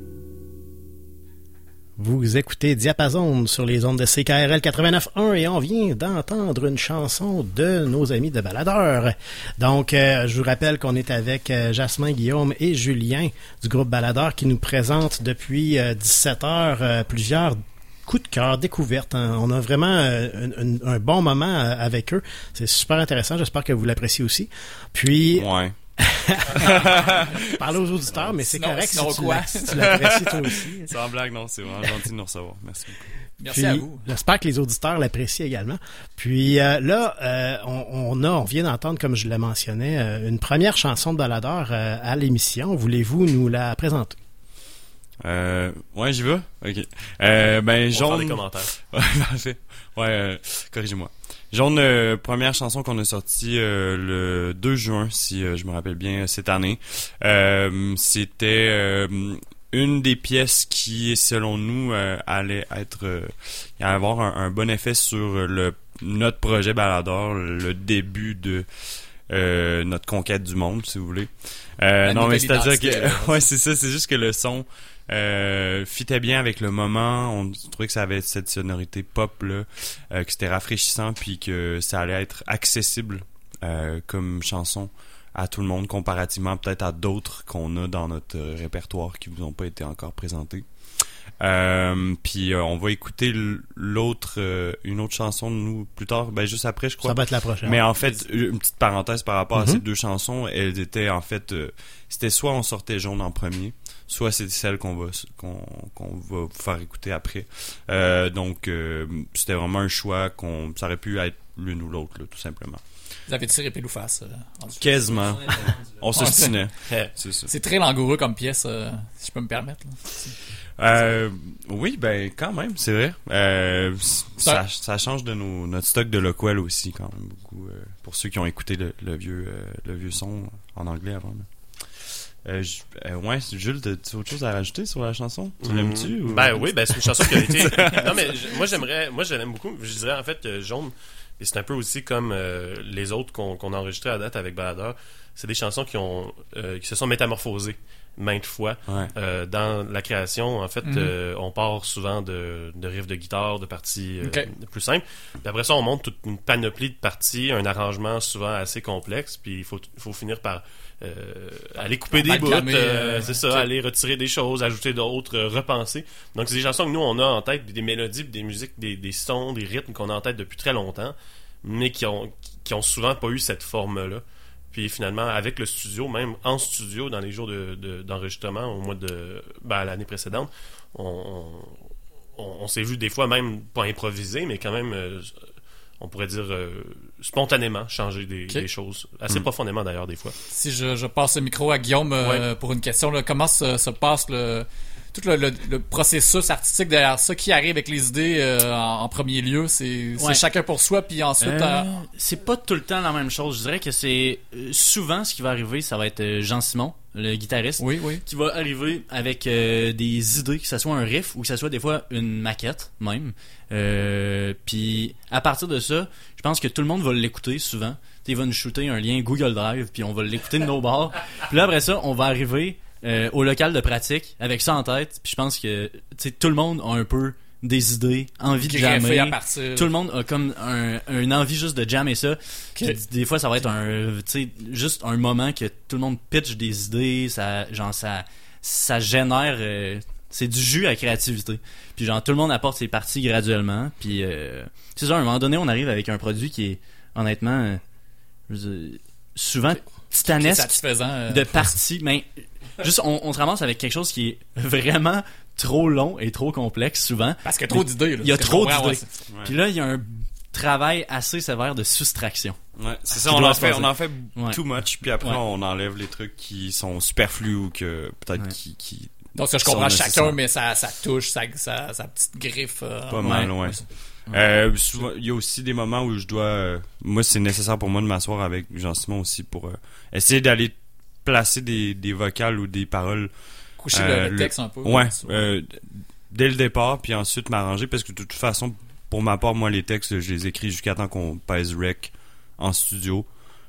Vous écoutez Diapason sur les ondes de C K R L quatre-vingt-neuf point un et on vient d'entendre une chanson de nos amis de Baladeurs. Donc, euh, je vous rappelle qu'on est avec euh, Jasmin, Guillaume et Julien du groupe Baladeurs qui nous présentent depuis euh, dix-sept heures euh, plusieurs coups de cœur, découvertes. Hein. On a vraiment euh, un, un, un bon moment euh, avec eux. C'est super intéressant. J'espère que vous l'appréciez aussi. Puis... Ouais. Parler aux auditeurs, mais c'est Sinon- correct sinon si tu quoi? l'a- si tu l'apprécies toi aussi. Sans blague, non, c'est vraiment gentil de nous recevoir. Merci beaucoup. Merci Puis, à vous. J'espère que les auditeurs l'apprécient également. Puis euh, là, euh, on, on a, on vient d'entendre, comme je le mentionnais, euh, une première chanson de Baladeur euh, à l'émission. Voulez-vous nous la présenter? Euh, ouais, j'y vais? Ok. Euh, ben, On va Jaune... faire des commentaires. Ouais, parfait. Ouais, euh, corrigez-moi. Jaune, euh, première chanson qu'on a sortie euh, le deux juin, si euh, je me rappelle bien, cette année. Euh, c'était euh, une des pièces qui, selon nous, euh, allait être... Euh, il allait avoir un, un bon effet sur le notre projet Baladeur, le début de... Euh, notre conquête du monde, si vous voulez. Euh, non, mais c'est-à-dire que... ouais, c'est ça, c'est juste que le son... Euh, fitait bien avec le moment. On trouvait que ça avait cette sonorité pop là, euh, que c'était rafraîchissant, puis que ça allait être accessible euh, comme chanson à tout le monde, comparativement peut-être à d'autres qu'on a dans notre euh, répertoire qui vous ont pas été encore présentés. Euh, puis euh, on va écouter l'autre, euh, une autre chanson de nous plus tard, ben juste après, je crois. Ça va être la prochaine. Mais en fait, une petite parenthèse par rapport Mm-hmm. à ces deux chansons, elles étaient en fait, euh, c'était soit on sortait Jaune en premier, soit c'est celle qu'on va qu'on qu'on va vous faire écouter après. Euh, donc euh, c'était vraiment un choix qu'on ça aurait pu être l'une ou l'autre là, tout simplement. Vous avez tiré pile ou face. Euh, Quasiment. On s'ostinait. C'est ça. C'est très langoureux comme pièce, euh, si je peux me permettre. Là. Euh, oui, ben quand même, c'est vrai. Euh, ça, ça change de nos, notre stock de Lockwell aussi quand même beaucoup. Euh, pour ceux qui ont écouté le, le vieux euh, le vieux son en anglais avant. Là. Euh, j- euh, ouais, Jules, t'as-tu autre chose à rajouter sur la chanson? Tu l'aimes-tu? Ou... Ben oui, ben c'est une chanson qui a été... non mais j- moi j'aimerais, moi je l'aime beaucoup. Je dirais en fait que Jaune, Et c'est un peu aussi comme euh, les autres qu'on, qu'on a enregistrés à date avec Baladeur. C'est des chansons qui ont euh, qui se sont métamorphosées maintes fois. Ouais. Euh, dans la création, en fait, Mm-hmm. euh, on part souvent de, de riffs de guitare, de parties euh, Okay. plus simples. Puis après ça, on monte toute une panoplie de parties, un arrangement souvent assez complexe. Puis il faut, il faut finir par euh, aller couper des bouts, Amalgamer, euh, euh, c'est ça, okay. aller retirer des choses, ajouter d'autres, euh, repenser. Donc c'est des chansons que nous, on a en tête, des mélodies, des musiques, des, des sons, des rythmes qu'on a en tête depuis très longtemps, mais qui ont, qui ont souvent pas eu cette forme-là. Puis finalement, avec le studio, même en studio, dans les jours de, de, d'enregistrement, au mois de ben, l'année précédente, on, on, on s'est vu des fois même pas improviser, mais quand même, euh, on pourrait dire euh, spontanément changer des, Okay. des choses, assez Mm. profondément d'ailleurs des fois. Si je, je passe le micro à Guillaume euh, Ouais. pour une question, là, comment se, se passe le tout le, le, le processus artistique derrière ça, qui arrive avec les idées euh, en, en premier lieu, c'est, c'est Ouais. chacun pour soi, puis ensuite Euh, euh, c'est pas tout le temps la même chose. Je dirais que c'est euh, souvent ce qui va arriver, ça va être euh, Jean-Simon, le guitariste, oui, oui. qui va arriver avec euh, des idées, que ça soit un riff ou que ça soit des fois une maquette même. Euh, puis à partir de ça, je pense que tout le monde va l'écouter souvent. T'sais, il va nous shooter un lien Google Drive, puis on va l'écouter de nos bords. Puis là après ça, on va arriver euh, au local de pratique avec ça en tête. Puis je pense que t'sais, tout le monde a un peu des idées, envie de Greffé jammer. à partir. Tout le monde a comme un, un envie juste de jammer ça. Okay. Puis des fois ça va être un, tu sais, juste un moment que tout le monde pitch des idées, ça, genre ça, ça génère, euh, c'est du jus à créativité. Puis genre tout le monde apporte ses parties graduellement. Puis euh, c'est ça, à un moment donné on arrive avec un produit qui est honnêtement, euh, je veux dire, souvent titanesque satisfaisant, euh. de parties, mais juste on, on se ramasse avec quelque chose qui est vraiment trop long et trop complexe souvent. Parce qu'il y a trop d'idées. Là. Il y a C'est trop comprends, d'idées. ouais, Puis là, il y a un travail assez sévère de soustraction. Ouais, c'est ça, Qui on doit en se fait, passer. on en fait Ouais. too much, puis après Ouais. on enlève les trucs qui sont superflus ou que peut-être Ouais. qui, qui Donc ça, je sont comprends nécessaires. chacun, mais ça, ça touche, sa, sa, sa petite griffe. Euh, Pas mal, ouais. Euh, souvent, il y a aussi des moments où je dois, euh, moi c'est nécessaire pour moi de m'asseoir avec Jean-Simon aussi pour euh, essayer d'aller placer des, des vocales ou des paroles. Coucher euh, le, le texte un peu. Ouais, euh, dès le départ, puis ensuite m'arranger parce que de toute façon, pour ma part, moi les textes, je les écris jusqu'à temps qu'on pèse rec en studio.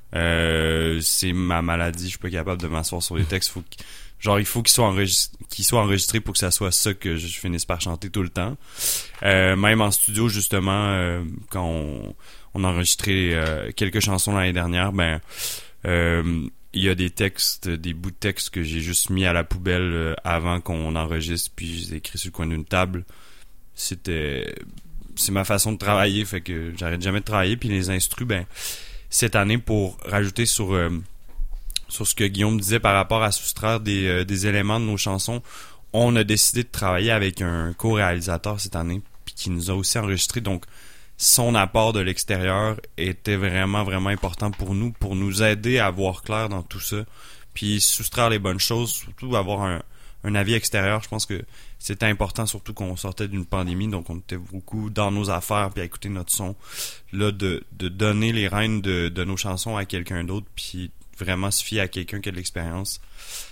Euh, c'est ma maladie, je suis pas capable de m'asseoir sur les textes. Faut que, genre, il faut qu'ils soient, enregistrés, qu'ils soient enregistrés pour que ça soit ça que je finisse par chanter tout le temps. Euh, même en studio, justement, euh, quand on, on a enregistré euh, quelques chansons l'année dernière, ben, euh, il y a des textes, des bouts de texte que j'ai juste mis à la poubelle euh, avant qu'on enregistre, puis je les ai écrits sur le coin d'une table. C'était, c'est ma façon de travailler, fait que j'arrête jamais de travailler. Puis les instrus, ben, cette année, pour rajouter sur euh, sur ce que Guillaume disait par rapport à soustraire des, euh, des éléments de nos chansons, on a décidé de travailler avec un co-réalisateur cette année, puis qui nous a aussi enregistré. Donc, son apport de l'extérieur était vraiment, vraiment important pour nous, pour nous aider à voir clair dans tout ça, puis soustraire les bonnes choses, surtout avoir un, un avis extérieur. Je pense que c'était important, surtout qu'on sortait d'une pandémie, donc on était beaucoup dans nos affaires, puis à écouter notre son. Là, de, de donner les rênes de, de nos chansons à quelqu'un d'autre, puis vraiment se fier à quelqu'un qui a de l'expérience.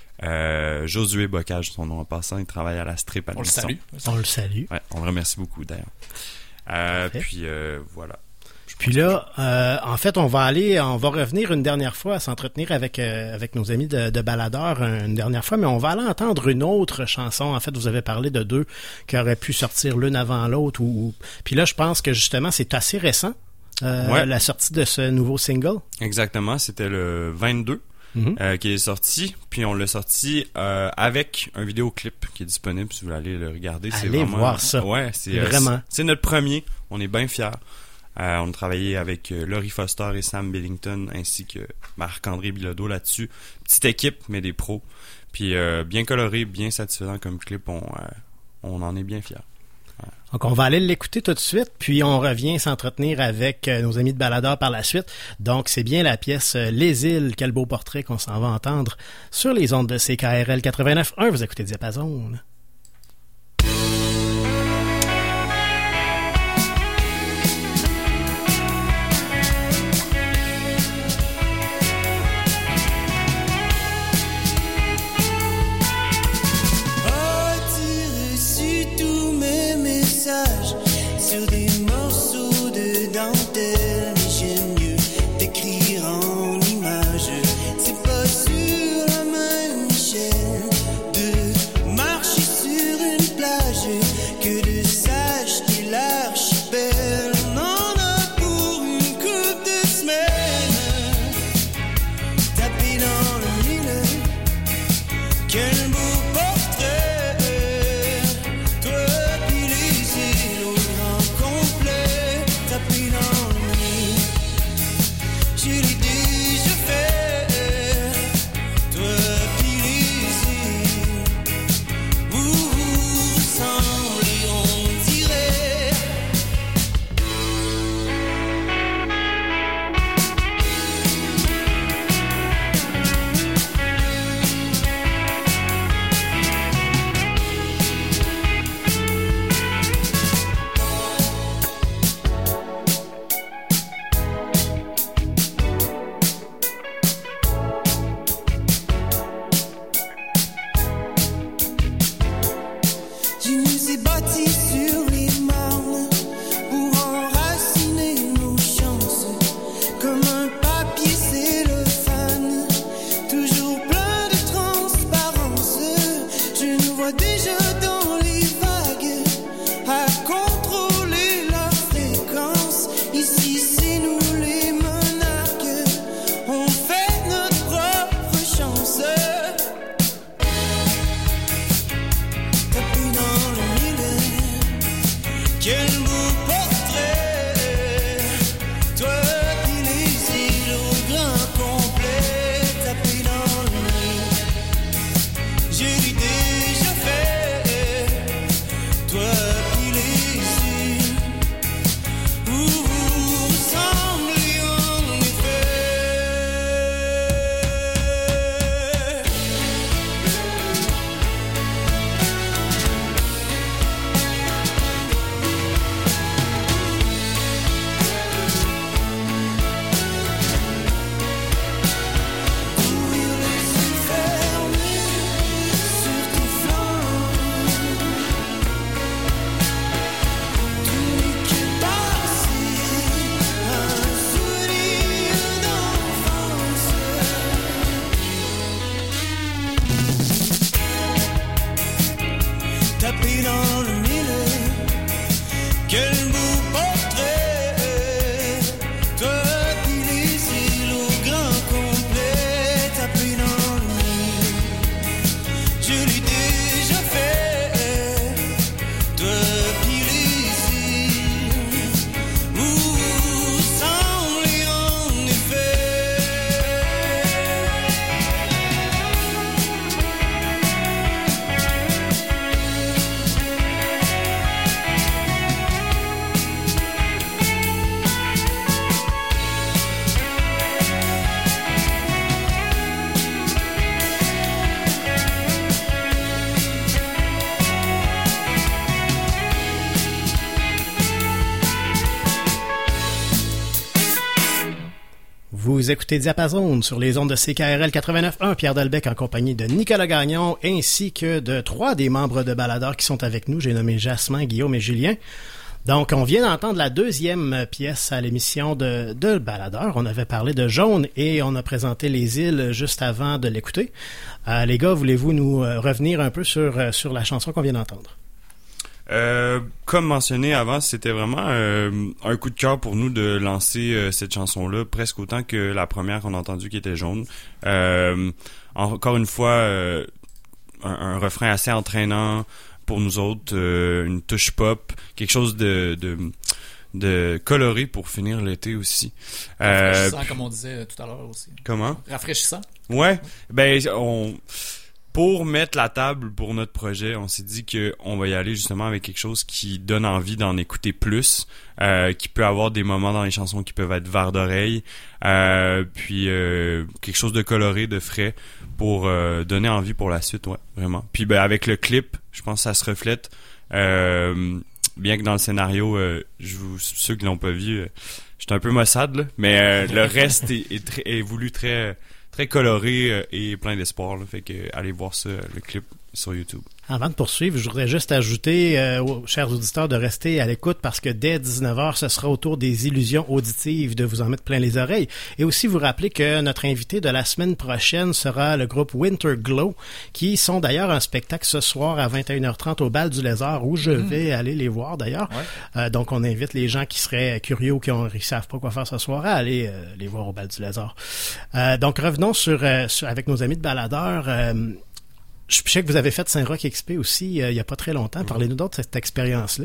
Euh, Josué Bocage, son nom en passant, il travaille à la strip à On le l'émission. salue. On le salue. Ouais, on le remercie beaucoup d'ailleurs. Euh, puis euh, voilà. Puis là, euh, en fait, on va aller, on va revenir une dernière fois à s'entretenir avec euh, avec nos amis de, de Baladeur une dernière fois, mais on va aller entendre une autre chanson. En fait, vous avez parlé de deux qui auraient pu sortir l'une avant l'autre. Ou, ou... Puis là, je pense que justement, c'est assez récent, euh, Ouais. la sortie de ce nouveau single. Exactement, c'était le vingt-deux Mhm. euh, qui est sorti, puis on l'a sorti euh, avec un vidéoclip qui est disponible si vous voulez aller le regarder. C'est Allez vraiment, voir ça. Ouais, c'est euh, Vraiment. C'est, c'est notre premier. On est bien fiers. Euh, on a travaillé avec euh, Laurie Foster et Sam Billington ainsi que Marc-André Bilodeau là-dessus. Petite équipe, mais des pros. Puis euh, bien coloré, bien satisfaisant comme clip. On, euh, on en est bien fiers. Donc, on va aller l'écouter tout de suite, puis on revient s'entretenir avec euh, nos amis de Baladeur par la suite. Donc, c'est bien la pièce euh, Les Îles, quel beau portrait qu'on s'en va entendre sur les ondes de C K R L quatre-vingt-neuf point un. Vous écoutez Diapason. As-tu reçu tous mes messages sur des morceaux de dentelle? Quel beau portrait, toi puis les îles au grand complet, tapis dans le nid. Je l'ai déjà fait, toi puis les îles, vous vous ressemblez, on dirait. Je nous ai bâtis sur les marnes pour enraciner nos chances. Comme un papier cellophane, toujours plein de transparence. Je nous vois déjà dans les vagues à contrôler la fréquence. Ici, c'est nous les monarques, on fait notre propre chance. Tapis dans le mille, quel beau portrait, toi puis les îles au grand complet, tapis dans le mille, je l'ai déjà fait, toi puis les îles, vous vous ressemblez en effet. Ouvrir les yeux fermés sur tes flancs, tout n'est que passé, un souvenir d'enfance. Tapis dans le mille, quel beau portrait, toi puis les îles au grand complet, tapis dans le mille, je l'ai déjà fait, toi puis les îles, vous vous ressemblez en effet. Vous écoutez Diapason sur les ondes de C K R L quatre-vingt-neuf point un, Pierre Delbecq en compagnie de Nicolas Gagnon ainsi que de trois des membres de Baladeur qui sont avec nous. J'ai nommé Jasmin, Guillaume et Julien. Donc, on vient d'entendre la deuxième pièce à l'émission de, de Baladeur. On avait parlé de Jaune et on a présenté Les Îles juste avant de l'écouter. Euh, les gars, voulez-vous nous euh, revenir un peu sur, euh, sur la chanson qu'on vient d'entendre? Euh, comme mentionné avant, c'était vraiment euh, un coup de cœur pour nous de lancer euh, cette chanson-là, presque autant que la première qu'on a entendue qui était Jaune. Euh, encore une fois, euh, un, un refrain assez entraînant pour nous autres, euh, une touche pop, quelque chose de, de, de coloré pour finir l'été aussi. Rafraîchissant, euh, comme on disait tout à l'heure aussi. Comment? Rafraîchissant. Ouais, ben on... Pour mettre la table pour notre projet, on s'est dit que on va y aller justement avec quelque chose qui donne envie d'en écouter plus, euh, qui peut avoir des moments dans les chansons qui peuvent être verre d'oreille, euh, puis euh, quelque chose de coloré, de frais, pour euh, donner envie pour la suite, ouais, vraiment. Puis ben avec le clip, je pense que ça se reflète. Euh, bien que dans le scénario, euh, je vous, ceux qui l'ont pas vu, euh, j'étais un peu maussade là, mais euh, le reste est, est, très, est voulu très très coloré euh, et plein d'espoir. Là, fait que euh, allez voir ça, le clip sur YouTube. Avant de poursuivre, je voudrais juste ajouter euh, aux chers auditeurs de rester à l'écoute parce que dès dix-neuf heures, ce sera au tour des illusions auditives de vous en mettre plein les oreilles. Et aussi vous rappeler que notre invité de la semaine prochaine sera le groupe Winter Glow, qui sont d'ailleurs un spectacle ce soir à vingt et une heures trente au Bal du Lézard, où je vais mmh. aller les voir d'ailleurs. Ouais. Euh, donc on invite les gens qui seraient curieux ou qui ne savent pas quoi faire ce soir à aller euh, les voir au Bal du Lézard. Euh, donc revenons sur, euh, sur avec nos amis de Baladeur. Euh, je sais que vous avez fait Saint-Roch X P aussi euh, il y a pas très longtemps. Parlez-nous d'autres de cette expérience-là.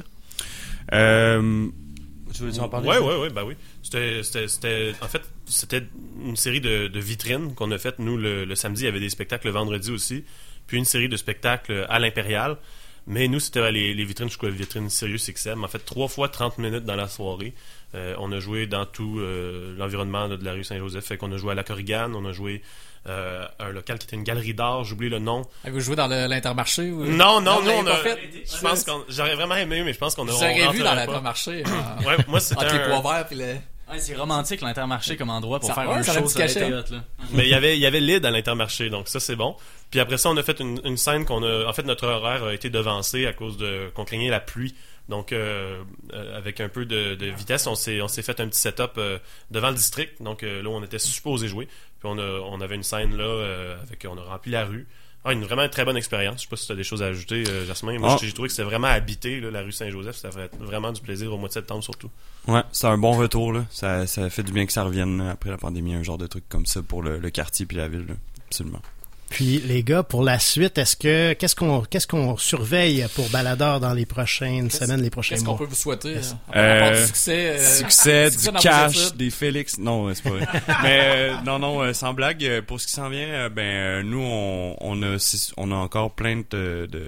Euh... Tu veux en parler? Oui, oui, oui, ben oui. C'était, c'était, c'était, en fait, c'était une série de, de vitrines qu'on a faites. Nous, le, le samedi, il y avait des spectacles le vendredi aussi. Puis une série de spectacles à l'Impérial. Mais nous, c'était les, les vitrines, je crois, les vitrines Sirius X M. En fait, trois fois trente minutes dans la soirée. Euh, on a joué dans tout euh, l'environnement de la rue Saint-Joseph. Fait qu'on a joué à la Corrigane, on a joué euh, à un local qui était une galerie d'art, j'oublie le nom. Avez-vous joué dans le, l'Intermarché? Ou... Non, non, non, nous, on a... Fait... Je pense qu'on... J'aurais vraiment aimé, mais je pense qu'on a... J'aurais vu dans l'Intermarché. Euh... ouais, moi, c'était entre un... les pois verts puis les... Ouais, c'est romantique l'Intermarché comme endroit pour ça, faire ouais, un show, ça ça là. Mais il y avait il y avait Lyd à l'Intermarché, donc ça c'est bon. Puis après ça, on a fait une, une scène qu'on a en fait notre horaire a été devancé à cause de qu'on craignait la pluie. Donc euh, euh, avec un peu de, de vitesse, on s'est on s'est fait un petit setup euh, devant le district. Donc euh, là on était supposé jouer. Puis on a on avait une scène là euh, avec on a rempli la rue. Ah, une vraiment très bonne expérience. Je sais pas si tu as des choses à ajouter, euh, Jasmin. Moi, oh. j'ai trouvé que c'était vraiment habité, là, la rue Saint-Joseph. Ça fait vraiment du plaisir au mois de septembre, surtout. Ouais, c'est un bon retour, là. Ça, ça fait du bien que ça revienne là, après la pandémie, un genre de truc comme ça pour le, le quartier puis la ville, là. Absolument. Puis, les gars, pour la suite, est-ce que qu'est-ce qu'on qu'est-ce qu'on surveille pour Baladeur dans les prochaines qu'est-ce, semaines, les prochains qu'est-ce mois? Qu'est-ce qu'on peut vous souhaiter? Euh, euh, du succès, euh, succès, succès du cash, des Félix. Non, c'est pas vrai. Mais euh, non, non, euh, sans blague, pour ce qui s'en vient, euh, ben euh, nous, on, on a on a encore plein de, de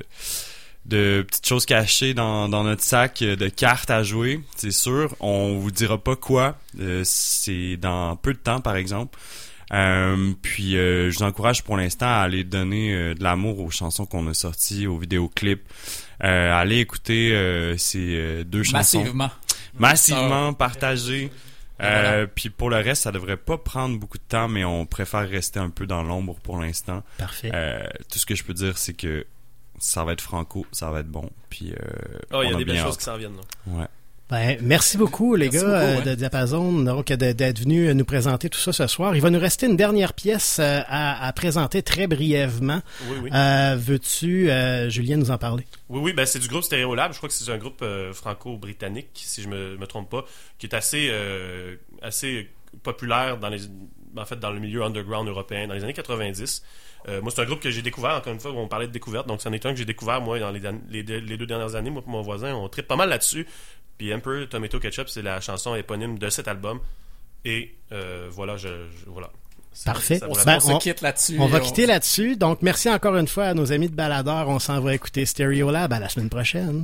de petites choses cachées dans, dans notre sac de cartes à jouer, c'est sûr. On vous dira pas quoi. Euh, c'est dans peu de temps, par exemple. Euh, puis euh, je vous encourage pour l'instant à aller donner euh, de l'amour aux chansons qu'on a sorties, aux vidéoclips. Euh, allez écouter euh, ces euh, deux chansons. Massivement. Massivement, partager. Euh, voilà. Puis pour le reste, ça devrait pas prendre beaucoup de temps, mais on préfère rester un peu dans l'ombre pour l'instant. Parfait. Euh, tout ce que je peux dire, c'est que ça va être franco, ça va être bon. Puis euh, oh, il y a des belles hâte. choses qui s'en viennent. Là. Ouais. Ben, merci beaucoup, les merci gars, beaucoup, euh, ouais. de Diapason, donc, de, d'être venus nous présenter tout ça ce soir. Il va nous rester une dernière pièce euh, à, à présenter très brièvement. Oui, oui. Euh, veux-tu, euh, Julien, nous en parler? Oui, oui, ben c'est du groupe Stereolab. Je crois que c'est un groupe euh, franco-britannique, si je me, me trompe pas, qui est assez, euh, assez populaire dans les, en fait, dans le milieu underground européen dans les années quatre-vingt-dix. Euh, moi, c'est un groupe que j'ai découvert, encore une fois, où on parlait de découverte. Donc, c'en est un que j'ai découvert, moi, dans les, les, les deux dernières années. Moi et mon voisin, on trippe pas mal là-dessus. Puis Emperor Tomato Ketchup, c'est la chanson éponyme de cet album. Et euh, voilà, je, je voilà. Ça, Parfait. Ça, ben, on, on se quitte là-dessus. On va on... quitter là-dessus. Donc, merci encore une fois à nos amis de Baladeur. On s'en va écouter Stereolab. À la semaine prochaine.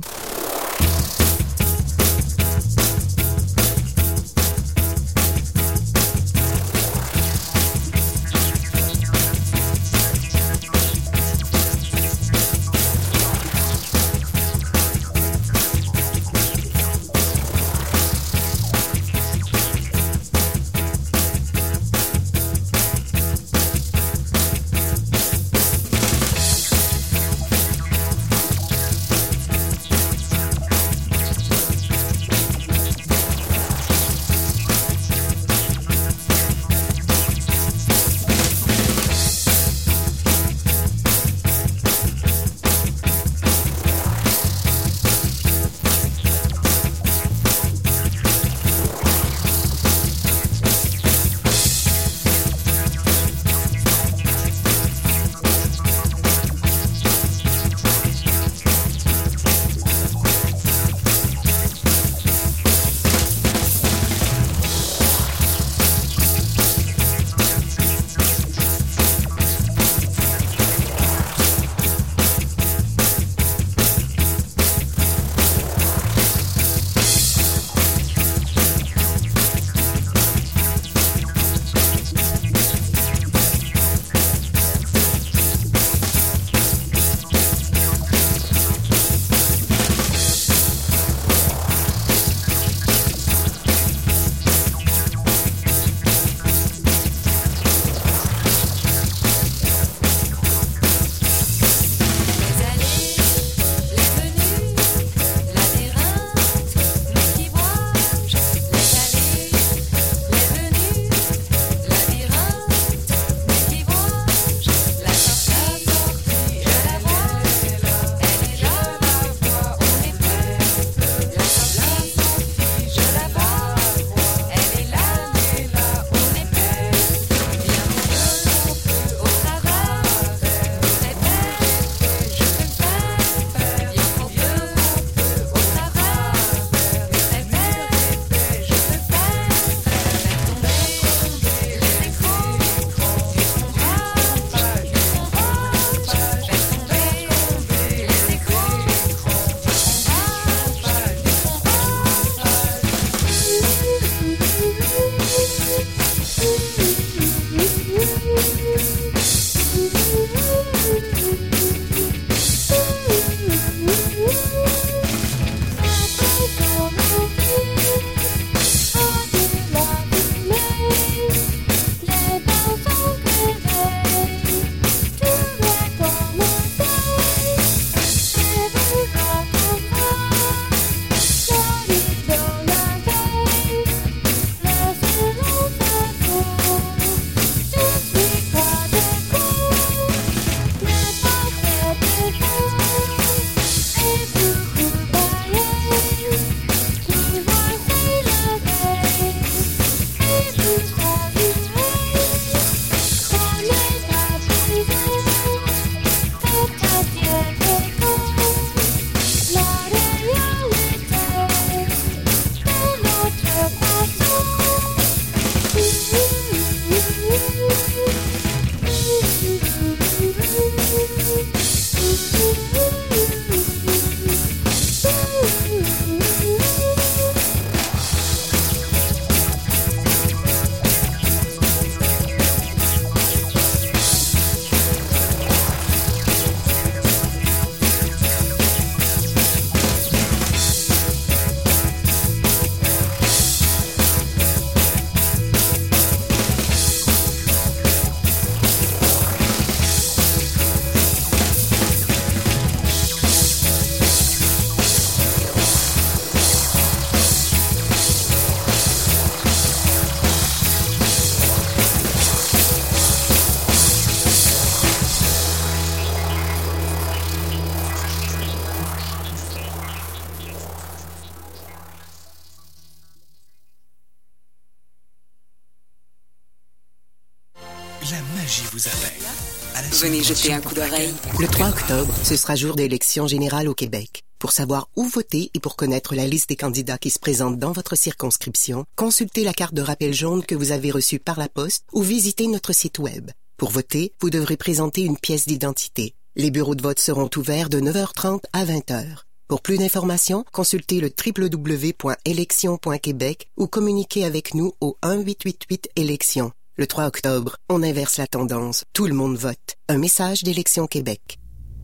magie vous appelle. Venez jeter un coup d'oreille. Le trois octobre, ce sera jour d'élection générale au Québec. Pour savoir où voter et pour connaître la liste des candidats qui se présentent dans votre circonscription, consultez la carte de rappel jaune que vous avez reçue par la poste ou visitez notre site Web. Pour voter, vous devrez présenter une pièce d'identité. Les bureaux de vote seront ouverts de neuf heures trente à vingt heures. Pour plus d'informations, consultez le w w w point élections point québec ou communiquez avec nous au un huit huit huit élections. Le trois octobre, on inverse la tendance. Tout le monde vote. Un message d'Élections Québec.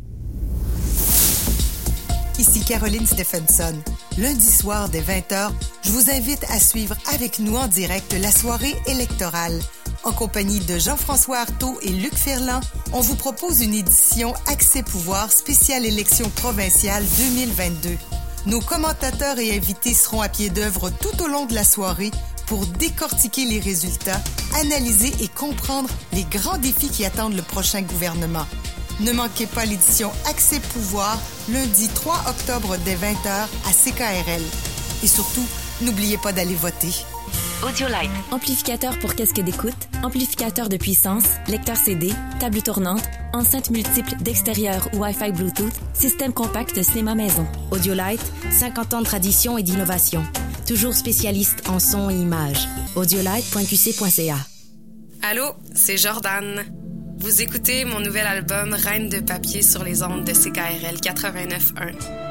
Ici Caroline Stephenson. Lundi soir dès vingt heures, je vous invite à suivre avec nous en direct la soirée électorale. En compagnie de Jean-François Artaud et Luc Ferland, on vous propose une édition Accès Pouvoir spéciale élection provinciale deux mille vingt-deux. Nos commentateurs et invités seront à pied d'œuvre tout au long de la soirée pour décortiquer les résultats, analyser et comprendre les grands défis qui attendent le prochain gouvernement. Ne manquez pas l'édition Accès Pouvoir, lundi trois octobre dès vingt heures à C K R L. Et surtout, n'oubliez pas d'aller voter. Audiolite. Amplificateur pour casque d'écoute, amplificateur de puissance, lecteur C D, table tournante, enceinte multiple d'extérieur ou Wi-Fi Bluetooth, système compact cinéma maison. Audiolite, cinquante ans de tradition et d'innovation. Toujours spécialiste en son et image. audiolite point q c point c a. Allô, c'est Jordan. Vous écoutez mon nouvel album Reine de papier sur les ondes de C K R L quatre-vingt-neuf un.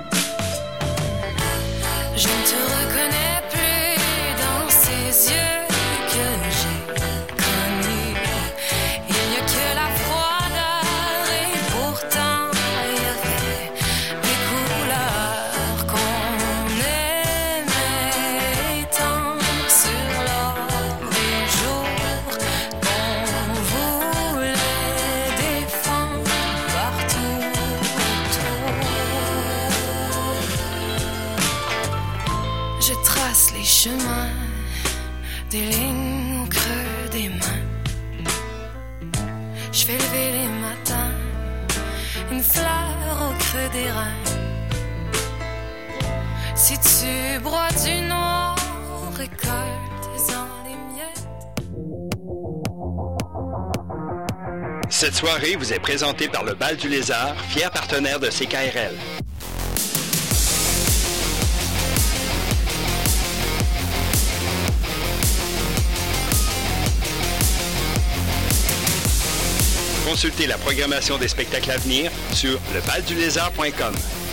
Je ne te reconnais plus dans ces yeux que j'ai connus. Il n'y a que la froideur et pourtant il y avait des couleurs qu'on aimait tant sur l'or des jours qu'on voulait défendre partout autour. Je trace les chemins, des lignes au creux des mains. Je fais lever les matins, une fleur au creux des reins. Si tu broies du noir, récolte-en les miettes. Cette soirée vous est présentée par le Bal du Lézard, fier partenaire de C K R L. Consultez la programmation des spectacles à venir sur le bal du lézard point com.